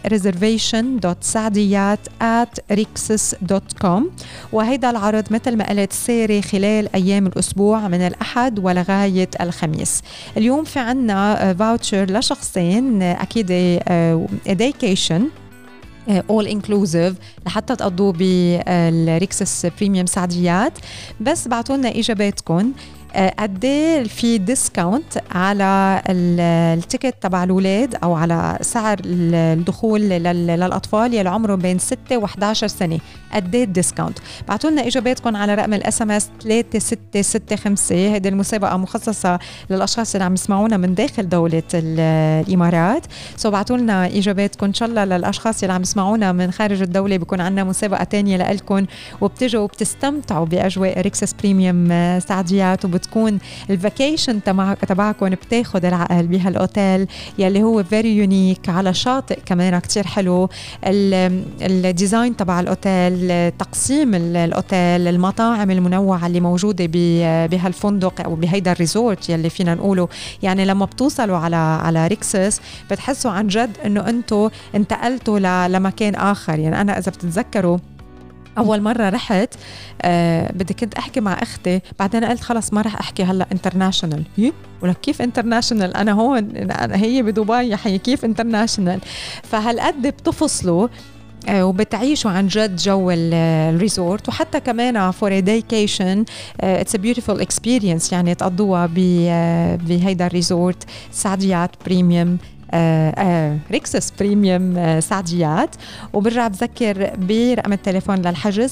reservation.saadiyat@rixos.com. وهيدا العرض مثل ما قلت ساري خلال أيام الأسبوع من الأحد ولغاية الخميس. اليوم في عنا فاوتشر لشخصين أكيد دايكيشن all inclusive لحتى تقضوا بالريكسس بريميوم سعديات. بس بعتولنا إجاباتكم قد ايه في ديسكاونت على التيكت تبع الأولاد أو على سعر الدخول للأطفال يلي عمرهم بين 6 و 11 سنة. قد ايه الديسكاونت؟ بعتولنا إجاباتكم على رقم الSMS 3665. هذه المسابقة مخصصة للأشخاص اللي عم يسمعونا من داخل دولة الإمارات. بعتولنا إجاباتكم إن شاء الله. للأشخاص اللي عم يسمعونا من خارج الدولة بيكون عنا مسابقة تانية لألكم، وبتجوا وبتستمتعوا بأجواء ريكسس بريميوم سعديات، وبتكون الفاكيشن تبعكم بتاخد العقل بهالأوتيل يلي هو very unique على شاطئ كمان كتير حلو. الديزاين تبع الأوتيل، تقسيم الأوتيل، المطاعم المنوعة اللي موجودة بهالفندق أو بهيدا الريزورت يلي فينا نقوله. يعني لما بتوصلوا على ريكسس بتحسوا عن جد إنه أنتوا انتقلتوا لمكان آخر. يعني أنا إذا بتتذكروا أول مرة رحت بدي كنت أحكي مع أختي، بعدين قلت خلص ما رح أحكي هلأ انترناشنال. ولا كيف انترناشنال؟ أنا هون هي بدبي حي كيف انترناشنال؟ فهالقد بتفصلوا وبتعيشوا عن جد جو الريزورت. وحتى كمان for a vacation it's a beautiful experience، يعني تقضوها بهيدا الريزورت سعديات بريميوم ريكسس بريميوم سعديات. وبرجع بذكر برقم التليفون للحجز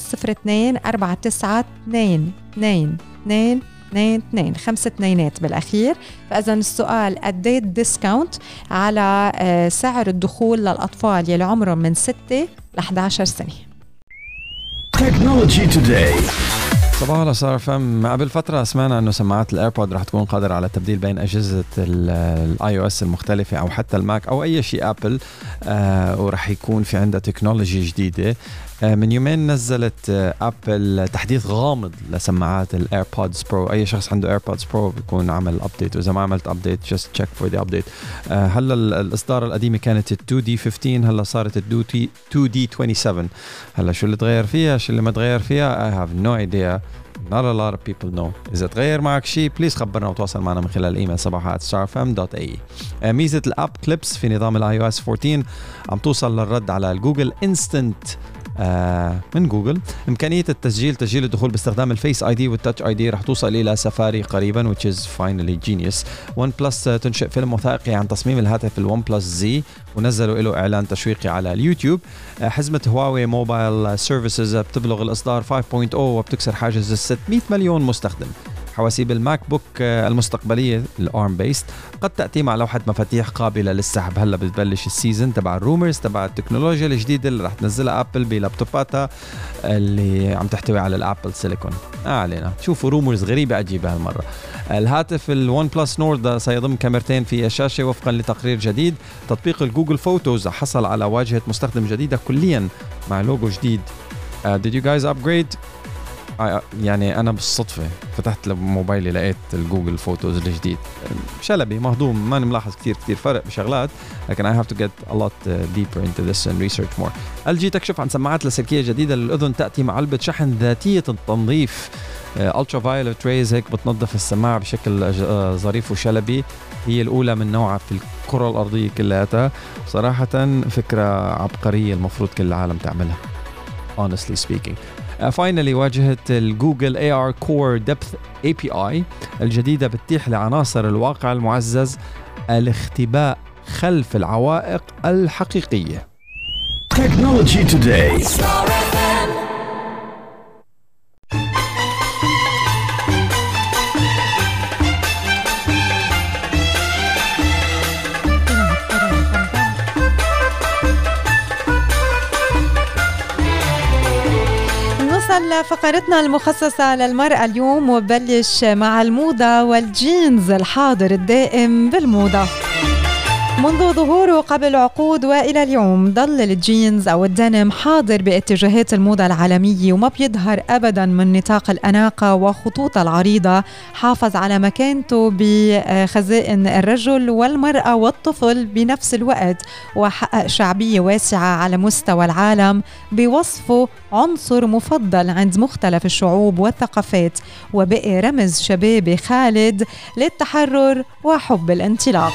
02-492-2222 5 2 بالأخير. فإذا السؤال قد ايه الديسكاونت على سعر الدخول للأطفال يلي عمرهم من 6 ل 11 سنة. Technology Today. صباح الله صار فهم. قبل فترة سمعنا أنه سماعات الإيربود رح تكون قادرة على التبديل بين أجهزة الآي أو إس المختلفة أو حتى الماك أو أي شيء أبل، ورح يكون في عندها تكنولوجي جديدة. من يومين نزلت أبل تحديث غامض لسماعات الإيربودز برو. أي شخص عنده إيربودز برو بيكون عمل أبديت، وإذا ما عملت أبديت just check for the update. هلا الإصدار القديمة كانت 2D15، هلا صارت 2D27. هلا شو اللي تغير فيها شو اللي ما تغير فيها I have no idea. not a lot of people know. إذا تغير معك شيء بليز خبرنا وتواصل معنا من خلال الإيميل sabah@starfm.ae. ميزة الأب كليبس في نظام الاي او اس 14 عم توصل للرد على الجوجل انستنت من جوجل. إمكانية تسجيل الدخول باستخدام الفيس اي دي والتاتش اي دي رح توصل إلى سفاري قريبا which is finally genius. ون بلس تنشئ فيلم وثائقي عن تصميم الهاتف الون بلس زي ونزلوا له إعلان تشويقي على اليوتيوب. حزمة هواوي موبايل سيرفيسز بتبلغ الإصدار 5.0 وبتكسر حاجز 600 مليون مستخدم. حواسيب الماك بوك المستقبلية الارم بيست قد تأتي مع لوحة مفاتيح قابلة للسحب. هلا بتبلش السيزن تبع الرومرز تبع التكنولوجيا الجديدة اللي رح تنزلها ابل بلابتوباتها اللي عم تحتوي على الابل سيليكون. علينا شوفوا رومرز غريبة عجيبة هالمرة. الهاتف الون بلس نورد سيضم كاميرتين في الشاشة وفقا لتقرير جديد. تطبيق الجوجل فوتوز حصل على واجهة مستخدم جديدة كليا مع لوجو جديد. Did you guys upgrade؟ يعني أنا بالصدفة فتحت موبايلي لقيت الجوجل فوتوز الجديد شلبي مهضوم ما ملاحظ كتير فرق بشغلات لكن I have to get a lot deeper into this and research more. LG تكشف عن سماعات لاسلكية جديدة للأذن تأتي مع علبة شحن ذاتية التنظيف Ultra Violet Rays هيك بتنظف السماعة بشكل ظريف وشلبي. هي الأولى من نوعها في الكرة الأرضية كلها. صراحة فكرة عبقرية المفروض كل العالم تعملها honestly speaking. Finally واجهة الجوجل AR Core Depth API الجديدة بتتيح لعناصر الواقع المعزز الاختباء خلف العوائق الحقيقية. Technology Today. فقرتنا المخصصة للمرأة اليوم وبلش مع الموضة والجينز الحاضر الدائم بالموضة. منذ ظهوره قبل عقود وإلى اليوم ضل الجينز أو الدنم حاضر باتجاهات الموضة العالمية وما بيظهر أبدا من نطاق الأناقة وخطوط العريضة. حافظ على مكانته بخزائن الرجل والمرأة والطفل بنفس الوقت وحقق شعبية واسعة على مستوى العالم بوصفه عنصر مفضل عند مختلف الشعوب والثقافات وبقي رمز شبابي خالد للتحرر وحب الانطلاق.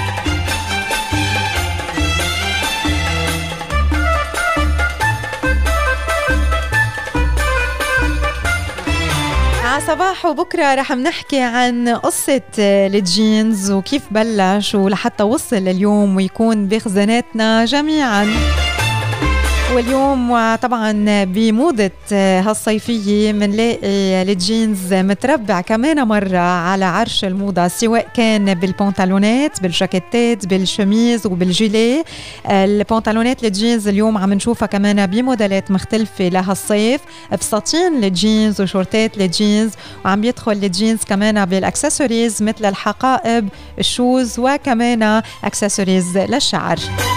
صباح وبكرة رح نحكي عن قصة الجينز وكيف بلش ولحتى وصل لليوم ويكون بخزاناتنا جميعاً. واليوم طبعا بموضة هالصيفية منلاقي الجينز متربع كمان مرة على عرش الموضة سواء كان بالبنطلونات بالجاكيتات بالشميز وبالجيلي. البنطلونات الجينز اليوم عم نشوفها كمان بموديلات مختلفة لهالصيف فساتين الجينز وشورتات الجينز وعم يدخل الجينز كمان بالاكسسوارز مثل الحقائب الشوز وكمان اكسسوارز للشعر.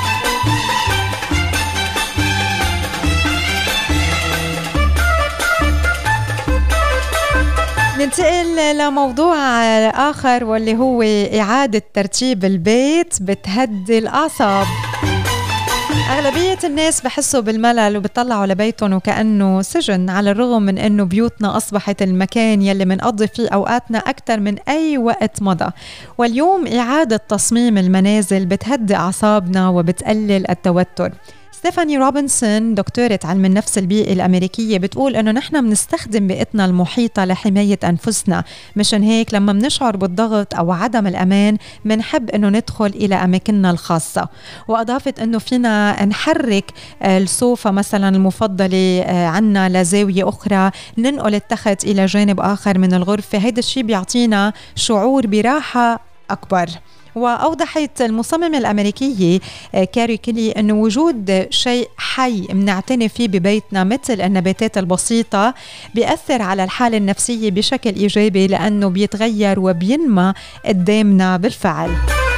ننتقل لموضوع آخر واللي هو إعادة ترتيب البيت بتهدي الأعصاب. أغلبية الناس بحسوا بالملل وبيطلعوا لبيتهم وكأنه سجن على الرغم من أنه بيوتنا أصبحت المكان يلي منقضي فيه أوقاتنا أكثر من أي وقت مضى. واليوم إعادة تصميم المنازل بتهدي أعصابنا وبتقلل التوتر. ستيفاني روبنسون دكتورة علم النفس البيئي الأمريكية بتقول إنه نحن بنستخدم بيئتنا المحيطة لحماية أنفسنا مشان هيك لما بنشعر بالضغط أو عدم الأمان بنحب إنه ندخل إلى أماكننا الخاصة. وأضافت إنه فينا نحرك السوفة مثلا المفضلة عنا لزاوية أخرى ننقل التخت إلى جانب آخر من الغرفة. هيدا الشيء بيعطينا شعور براحة أكبر. وأوضحت المصممة الأمريكية كاري كيلي أنه وجود شيء حي منعتني فيه ببيتنا مثل النباتات البسيطة بيأثر على الحالة النفسية بشكل إيجابي لأنه بيتغير وبينمى قدامنا بالفعل.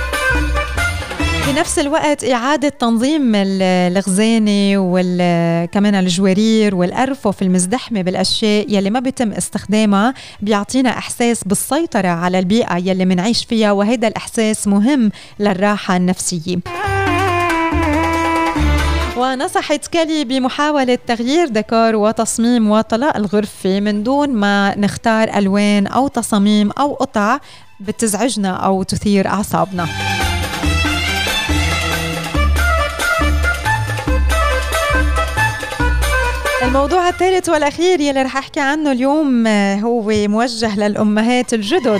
بنفس الوقت إعادة تنظيم الخزانة وكمان الجوارير والأرفف المزدحمة بالأشياء يلي ما بيتم استخدامها بيعطينا إحساس بالسيطرة على البيئة يلي منعيش فيها وهذا الإحساس مهم للراحة النفسية. ونصحت كالي بمحاولة تغيير ديكور وتصميم وطلاء الغرفة من دون ما نختار ألوان أو تصاميم أو قطع بتزعجنا أو تثير أعصابنا. الموضوع الثالث والأخير يلي رح أحكي عنه اليوم هو موجه للأمهات الجدد.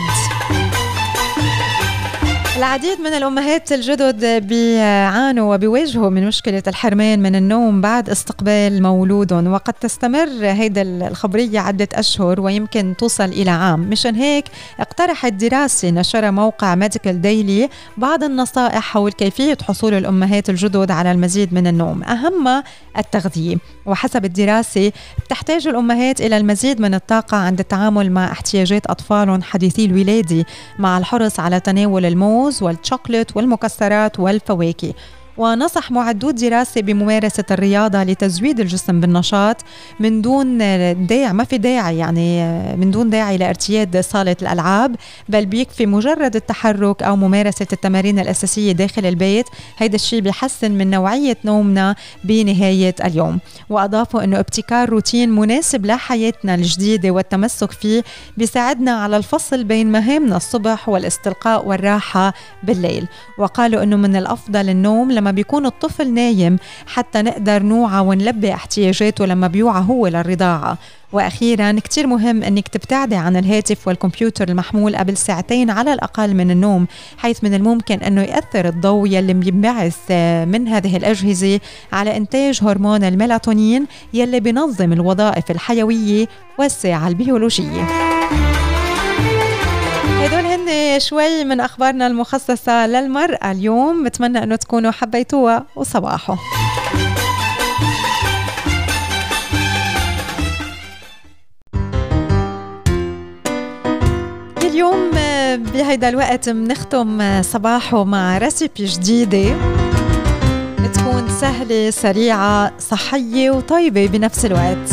العديد من الأمهات الجدد بيعانوا وبيواجهوا من مشكلة الحرمان من النوم بعد استقبال مولودهم، وقد تستمر هيدا الخبرية عدة أشهر ويمكن توصل إلى عام. مشان هيك اقترحت دراسة نشرها موقع ميديكال ديلي بعض النصائح حول كيفية حصول الأمهات الجدد على المزيد من النوم، أهمها التغذية. وحسب الدراسة بتحتاج الأمهات إلى المزيد من الطاقة عند التعامل مع احتياجات أطفالهم حديثي الولادة، مع الحرص على تناول الموز والشوكولات والمكسرات والفواكه. ونصح معدو الدراسة بممارسة الرياضة لتزويد الجسم بالنشاط من دون داعي، ما في داعي يعني من دون داعي لارتياد صالة الألعاب، بل بيكفي مجرد التحرك أو ممارسة التمارين الأساسية داخل البيت. هيدا الشيء بيحسن من نوعية نومنا بنهاية اليوم. وأضافوا أنه ابتكار روتين مناسب لحياتنا الجديدة والتمسك فيه بيساعدنا على الفصل بين مهامنا الصبح والاستلقاء والراحة بالليل. وقالوا أنه من الأفضل النوم لما بيكون الطفل نايم حتى نقدر نوعى ونلبي احتياجاته لما بيوعى هو للرضاعة. وأخيراً كتير مهم أنك تبتعدي عن الهاتف والكمبيوتر المحمول قبل ساعتين على الأقل من النوم، حيث من الممكن أنه يأثر الضوء يلي بينبعث من هذه الأجهزة على إنتاج هرمون الميلاتونين يلي بينظم الوظائف الحيوية والساعة البيولوجية. هدول هن شوي من أخبارنا المخصصة للمرأة اليوم، بتمنى أنه تكونوا حبيتوها وصباحو. اليوم بهيدا الوقت بنختم صباحو مع ريسيبي جديدة بتكون سهلة سريعة صحية وطيبة بنفس الوقت.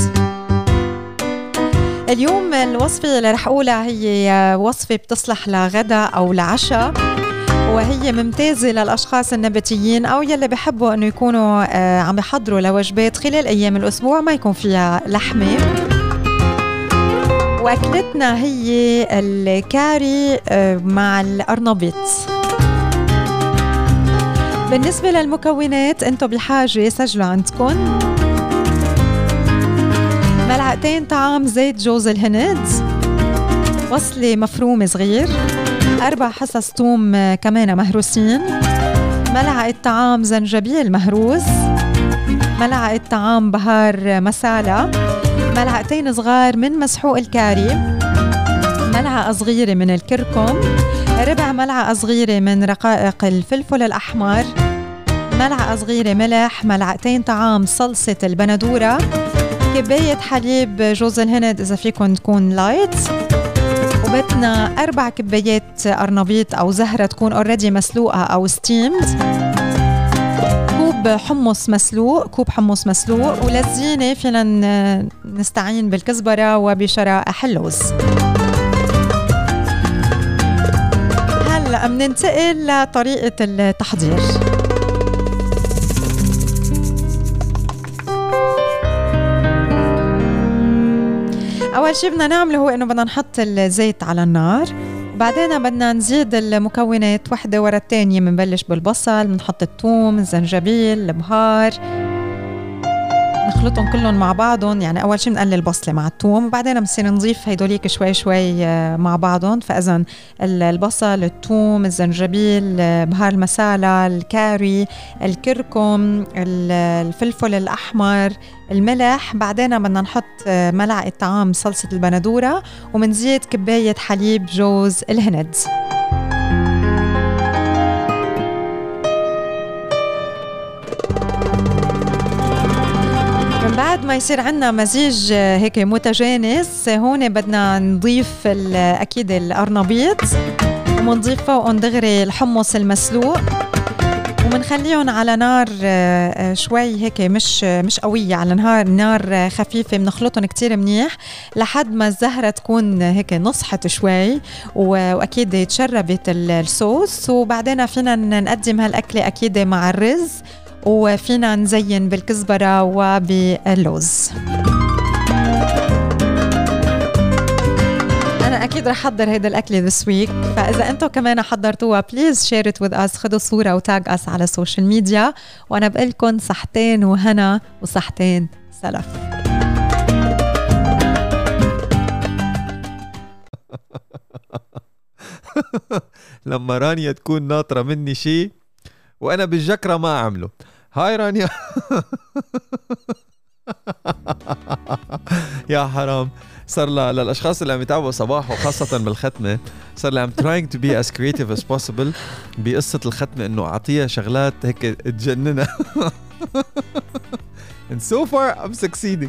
اليوم الوصفة اللي رح أقولها هي وصفة بتصلح لغدا أو لعشاء، وهي ممتازة للأشخاص النباتيين أو يلي بحبوا أنه يكونوا عم يحضروا لوجبات خلال أيام الأسبوع ما يكون فيها لحمة. وأكلتنا هي الكاري مع الأرنبيط. بالنسبة للمكونات انتو بحاجة سجلوا عندكم: ملعقتين طعام زيت جوز الهند، بصلة مفرومة صغير، 4 حصص ثوم كمان مهروسين، ملعقة طعام زنجبيل مهروس، ملعقة طعام بهار مسالة، ملعقتين صغار من مسحوق الكاري، ملعقة صغيرة من الكركم، ربع ملعقة صغيرة من رقائق الفلفل الأحمر، ملعقة صغيرة ملح، ملعقتين طعام صلصة البندورة، كباية حليب جوز الهند إذا فيكن تكون لايت، وبدنا 4 كبايات أرنبيط أو زهرة تكون اوريدي مسلوقة أو ستيمد، كوب حمص مسلوق، وللزينة فينا نستعين بالكزبرة وبشرائح اللوز. هلأ مننتقل لطريقة التحضير. أول شيء بدنا نعمله هو إنه بدنا نحط الزيت على النار، وبعدين بدنا نزيد المكونات واحدة ورا الثانية. بنبلش بالبصل، بنحط الثوم، الزنجبيل، البهار، نخلطهم كلهم مع بعضهم. يعني أول شيء بنقلل البصلة مع الثوم، وبعدين بنصير نضيف هيدوليك شوي شوي مع بعضهم. فإذن البصل، الثوم، الزنجبيل، بهار المسالة، الكاري، الكركم، الفلفل الأحمر، الملح. بعدين بدنا نحط ملعقة طعام صلصة البندورة، ومنزيد كباية حليب جوز الهند. بعد ما يصير عنا مزيج هيك متجانس، هون بدنا نضيف أكيد الأرنبيط، ومنضيف فوقهم دغري الحمص المسلوق، ومنخليهم على نار شوي هيك مش قوية، على نار خفيفة. بنخلطهم كتير منيح لحد ما الزهرة تكون هيك نصحت شوي، وأكيد تشربت الصوص. وبعدين فينا نقدم هالأكلة أكيد مع الرز، وفينا نزين بالكزبرة وباللوز. أنا أكيد رح أحضر هيدا الأكل this week، فإذا أنتوا كمان حضرتوها please share it with us، خدوا صورة وتاج us على السوشيال ميديا، وأنا بقلكن صحتين وهنا وصحتين سلف. لما رانيا تكون ناطرة مني شيء وأنا بالجكرة ما أعمله. هاي رانيا. يا حرام، صار للأشخاص اللي عم يتابعوا صباح وخاصة بالختمة، صار لي I'm trying to be as creative as possible بقصة الختمة، إنه أعطيها شغلات هيك تجننها. and so far I'm succeeding.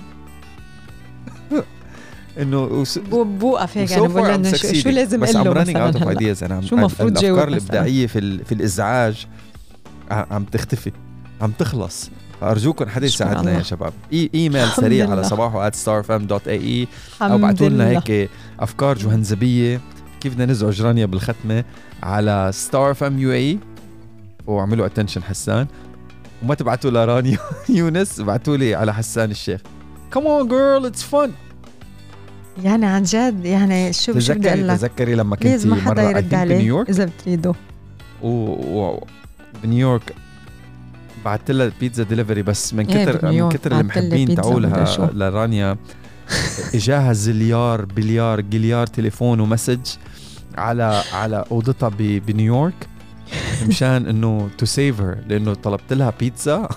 إنه بوقف هيك أنا بقول إنه شو لازم أقول له مثلاً هلا. أنا شو مفروض جاوب؟ الأفكار الإبداعية في الإزعاج عم تختفي، عم تخلص. أرجوكم حدا يساعدنا يا شباب. إيميل سريع على صباحو@starfm.ae أو بعتوا لنا هيك أفكار جهنزبية كيف بدنا نزعج رانيا بالختمة على starfm UAE، وعملوا attention حسان، وما تبعتوا لرانيا يونس، بعتوا لي على حسان الشيخ. Come on girl it's fun. يعني عن جد يعني شو بدي أقول لك، تذكري لما كنتي مرة بنيويورك إذا بتريدوا بنيويورك بعت لها بيتزا ديليفري، بس من كتر المحبين تعولها لرانيا اجاها زليار بليار جليار تليفون ومسج على اوضتها بنيويورك مشان انه تو سيف هير، لانه طلبت لها بيتزا.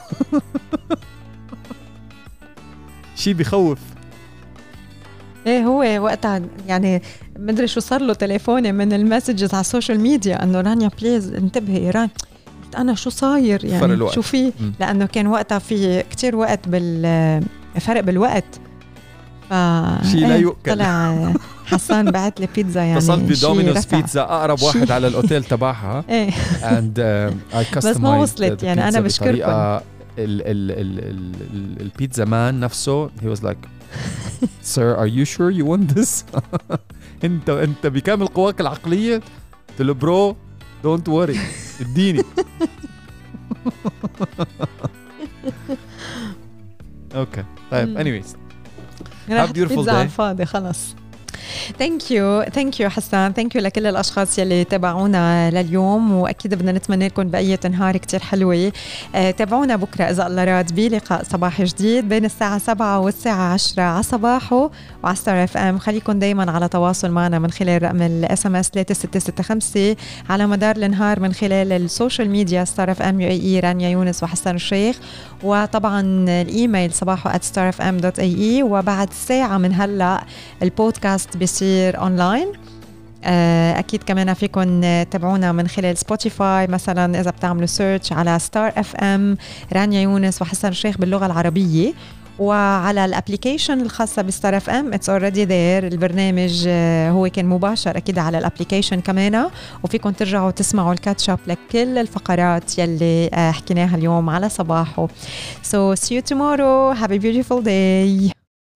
شي بخوف. ايه هو وقتها يعني مدري شو صار له تليفوني من المسجز على السوشيال ميديا انه رانيا بليز انتبهي رانيا. أنا شو صاير يعني شو في، لأنه كان وقتها في كتير وقت فرق بالوقت، شيء لا يؤكل. طلع حسان بعت لي بيتزا يعني اتصلت بدومينوز بيتزا أقرب واحد على الأوتيل تبعها and I customized بس ما وصلت يعني أنا بشكركم. البيتزا مان نفسه he was like sir are you sure you want this. انت بكامل قواك العقلية؟ قلت له برو don't worry اديني. اوكي طيب anyways have beautiful day. فاضي خلص. ثانك يو حسان، ثانك يو لكل الاشخاص يلي تابعونا لليوم، واكيد بدنا نتمنى لكم بقيه نهار كتير حلوه. تابعونا بكره اذا الله راد بلقاء صباحي جديد بين الساعه 7 والساعه 10 على صباحو وعلى ستار اف ام. خليكم دايما على تواصل معنا من خلال رقم الاس ام اس 3665 على مدار النهار من خلال السوشيال ميديا ستار اف ام UAE رانيا يونس وحسن الشيخ، وطبعا الايميل صباحو@starfm.ae. وبعد ساعه من هلا البودكاست بيصير اونلاين. اكيد كمان فيكم تابعونا من خلال سبوتيفاي مثلا اذا بتعملوا سيرش على ستار اف ام رانيا يونس وحسن الشيخ باللغه العربيه، وعلى الابليكيشن الخاصه بستار اف ام اتس اوريدي ذير. البرنامج هو كان مباشر اكيد على الابليكيشن كمان، وفيكم ترجعوا تسمعوا الكاتشاب لكل الفقرات يلي حكيناها اليوم على صباحه. So see you tomorrow. Have a beautiful day.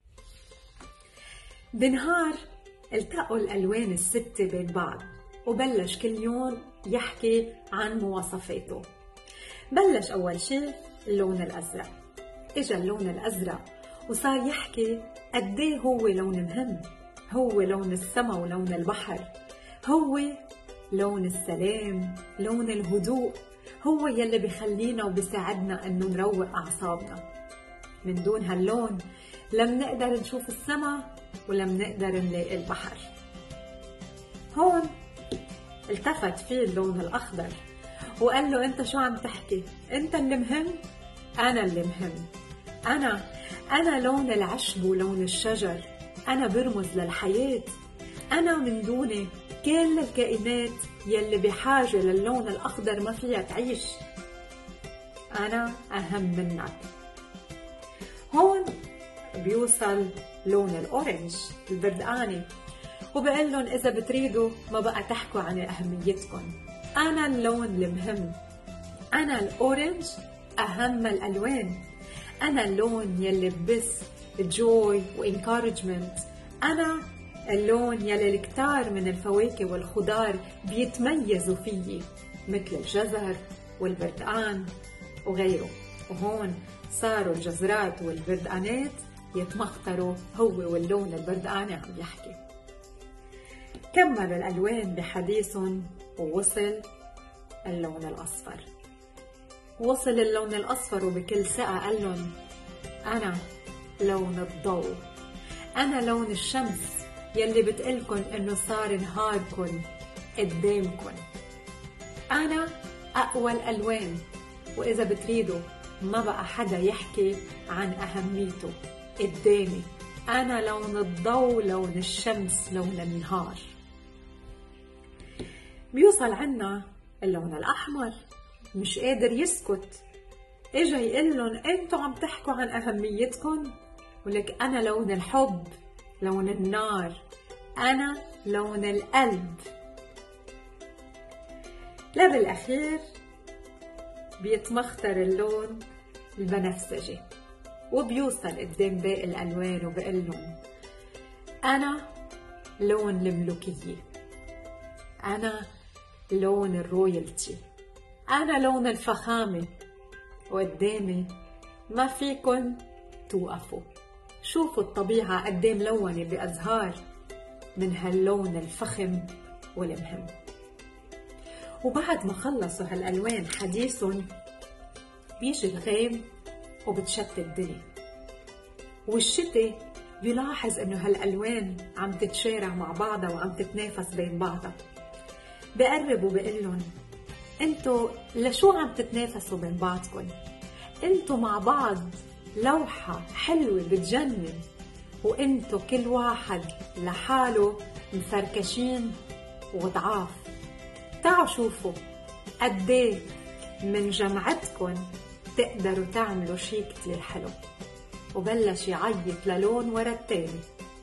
بنهار التقوا الألوان الستة بين بعض، وبلش كل يوم يحكي عن مواصفاته. بلش أول شيء اللون الأزرق. إجا اللون الأزرق وصار يحكي قديه هو لون مهم، هو لون السما ولون البحر، هو لون السلام، لون الهدوء، هو يلي بيخلينا وبيساعدنا أنه نروق أعصابنا. من دون هاللون لم نقدر نشوف السما ولم نقدر نلاقي البحر. هون التفت فيه اللون الأخضر وقال له أنت شو عم تحكي؟ أنت اللي مهم؟ أنا اللي مهم. أنا لون العشب ولون الشجر، أنا برمز للحياة، أنا من دوني كل الكائنات يلي بحاجة للون الأخضر ما فيها تعيش. أنا أهم منك. هون بيوصل لون الأورنج البردقاني وبقول لهم إذا بتريدوا ما بقى تحكوا عن أهميتكم، أنا اللون المهم، أنا الأورنج أهم الألوان، أنا اللون يلي ببث جوي وإنكارجمنت، أنا اللون يلي الكتار من الفواكه والخضار بيتميزوا فيه مثل الجزر والبرتقان وغيره. وهون صاروا الجزرات والبردقانات يتمخطروا هو واللون البردقاني عم يحكي. كمل الألوان بحديثهم ووصل اللون الأصفر. وصل اللون الأصفر وبكل ثقة قال لهم أنا لون الضوء، أنا لون الشمس يلي بتقلكن إنه صار نهاركن قدامكن، أنا أقوى الألوان، وإذا بتريدوا ما بقى حدا يحكي عن أهميته قدامي، أنا لون الضوء، لون الشمس، لون النهار. بيوصل عنا اللون الأحمر، مش قادر يسكت، إجا يقلن أنتوا عم تحكوا عن أهميتكم، ولك أنا لون الحب، لون النار، أنا لون القلب. لا بالأخير بيتمخطر اللون البنفسجي وبيوصل قدام باقي الألوان وبقلن أنا لون الملوكية، أنا لون الرويالتي، أنا لون الفخامة، وقدامي ما فيكن توقفوا. شوفوا الطبيعة قدام ملونة بأزهار من هاللون الفخم والمهم. وبعد ما خلصوا هالألوان حديثهم بيجي الغيم وبتشتت الدنيا، والشتاء بيلاحظ انه هالألوان عم تتشارع مع بعضها وعم تتنافس بين بعضها. بقرب وبقلن انتو لشو عم تتنافسوا بين بعضكن؟ انتو مع بعض لوحة حلوة بتجنن، وانتو كل واحد لحاله مفركشين وضعاف. تعالوا شوفوا قديه من جمعتكن تقدروا تعملوا شي كتير حلو. وبلش يعيط للون ورا التاني.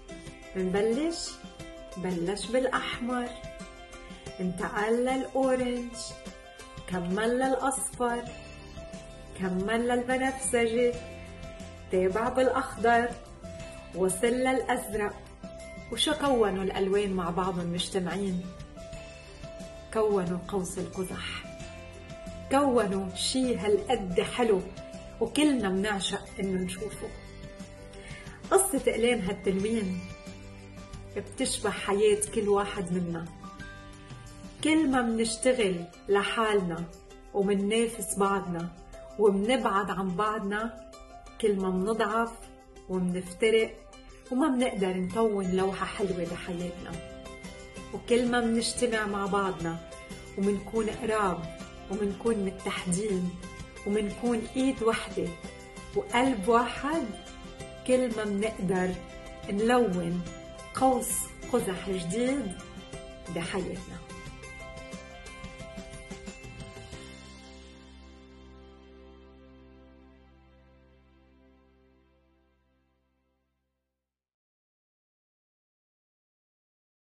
بلش بالأحمر، انتقل للأورنج، كمل للأصفر، كمل للبنفسجي، تابع بالأخضر، وصل للأزرق. وشو كونوا الألوان مع بعضهم مجتمعين؟ كونوا قوس القزح، كونوا شي هالقد حلو وكلنا منعشق إنه نشوفه. قصة أقلام هالتلوين بتشبه حياة كل واحد منا. كل ما منشتغل لحالنا ومننافس بعضنا ومنبعد عن بعضنا، كل ما منضعف ومنفترق وما منقدر نكون لوحة حلوة بحياتنا. وكل ما منجتمع مع بعضنا ومنكون قراب ومنكون متحدين ومنكون ايد وحدة وقلب واحد، كل ما منقدر نلون قوس قزح جديد بحياتنا.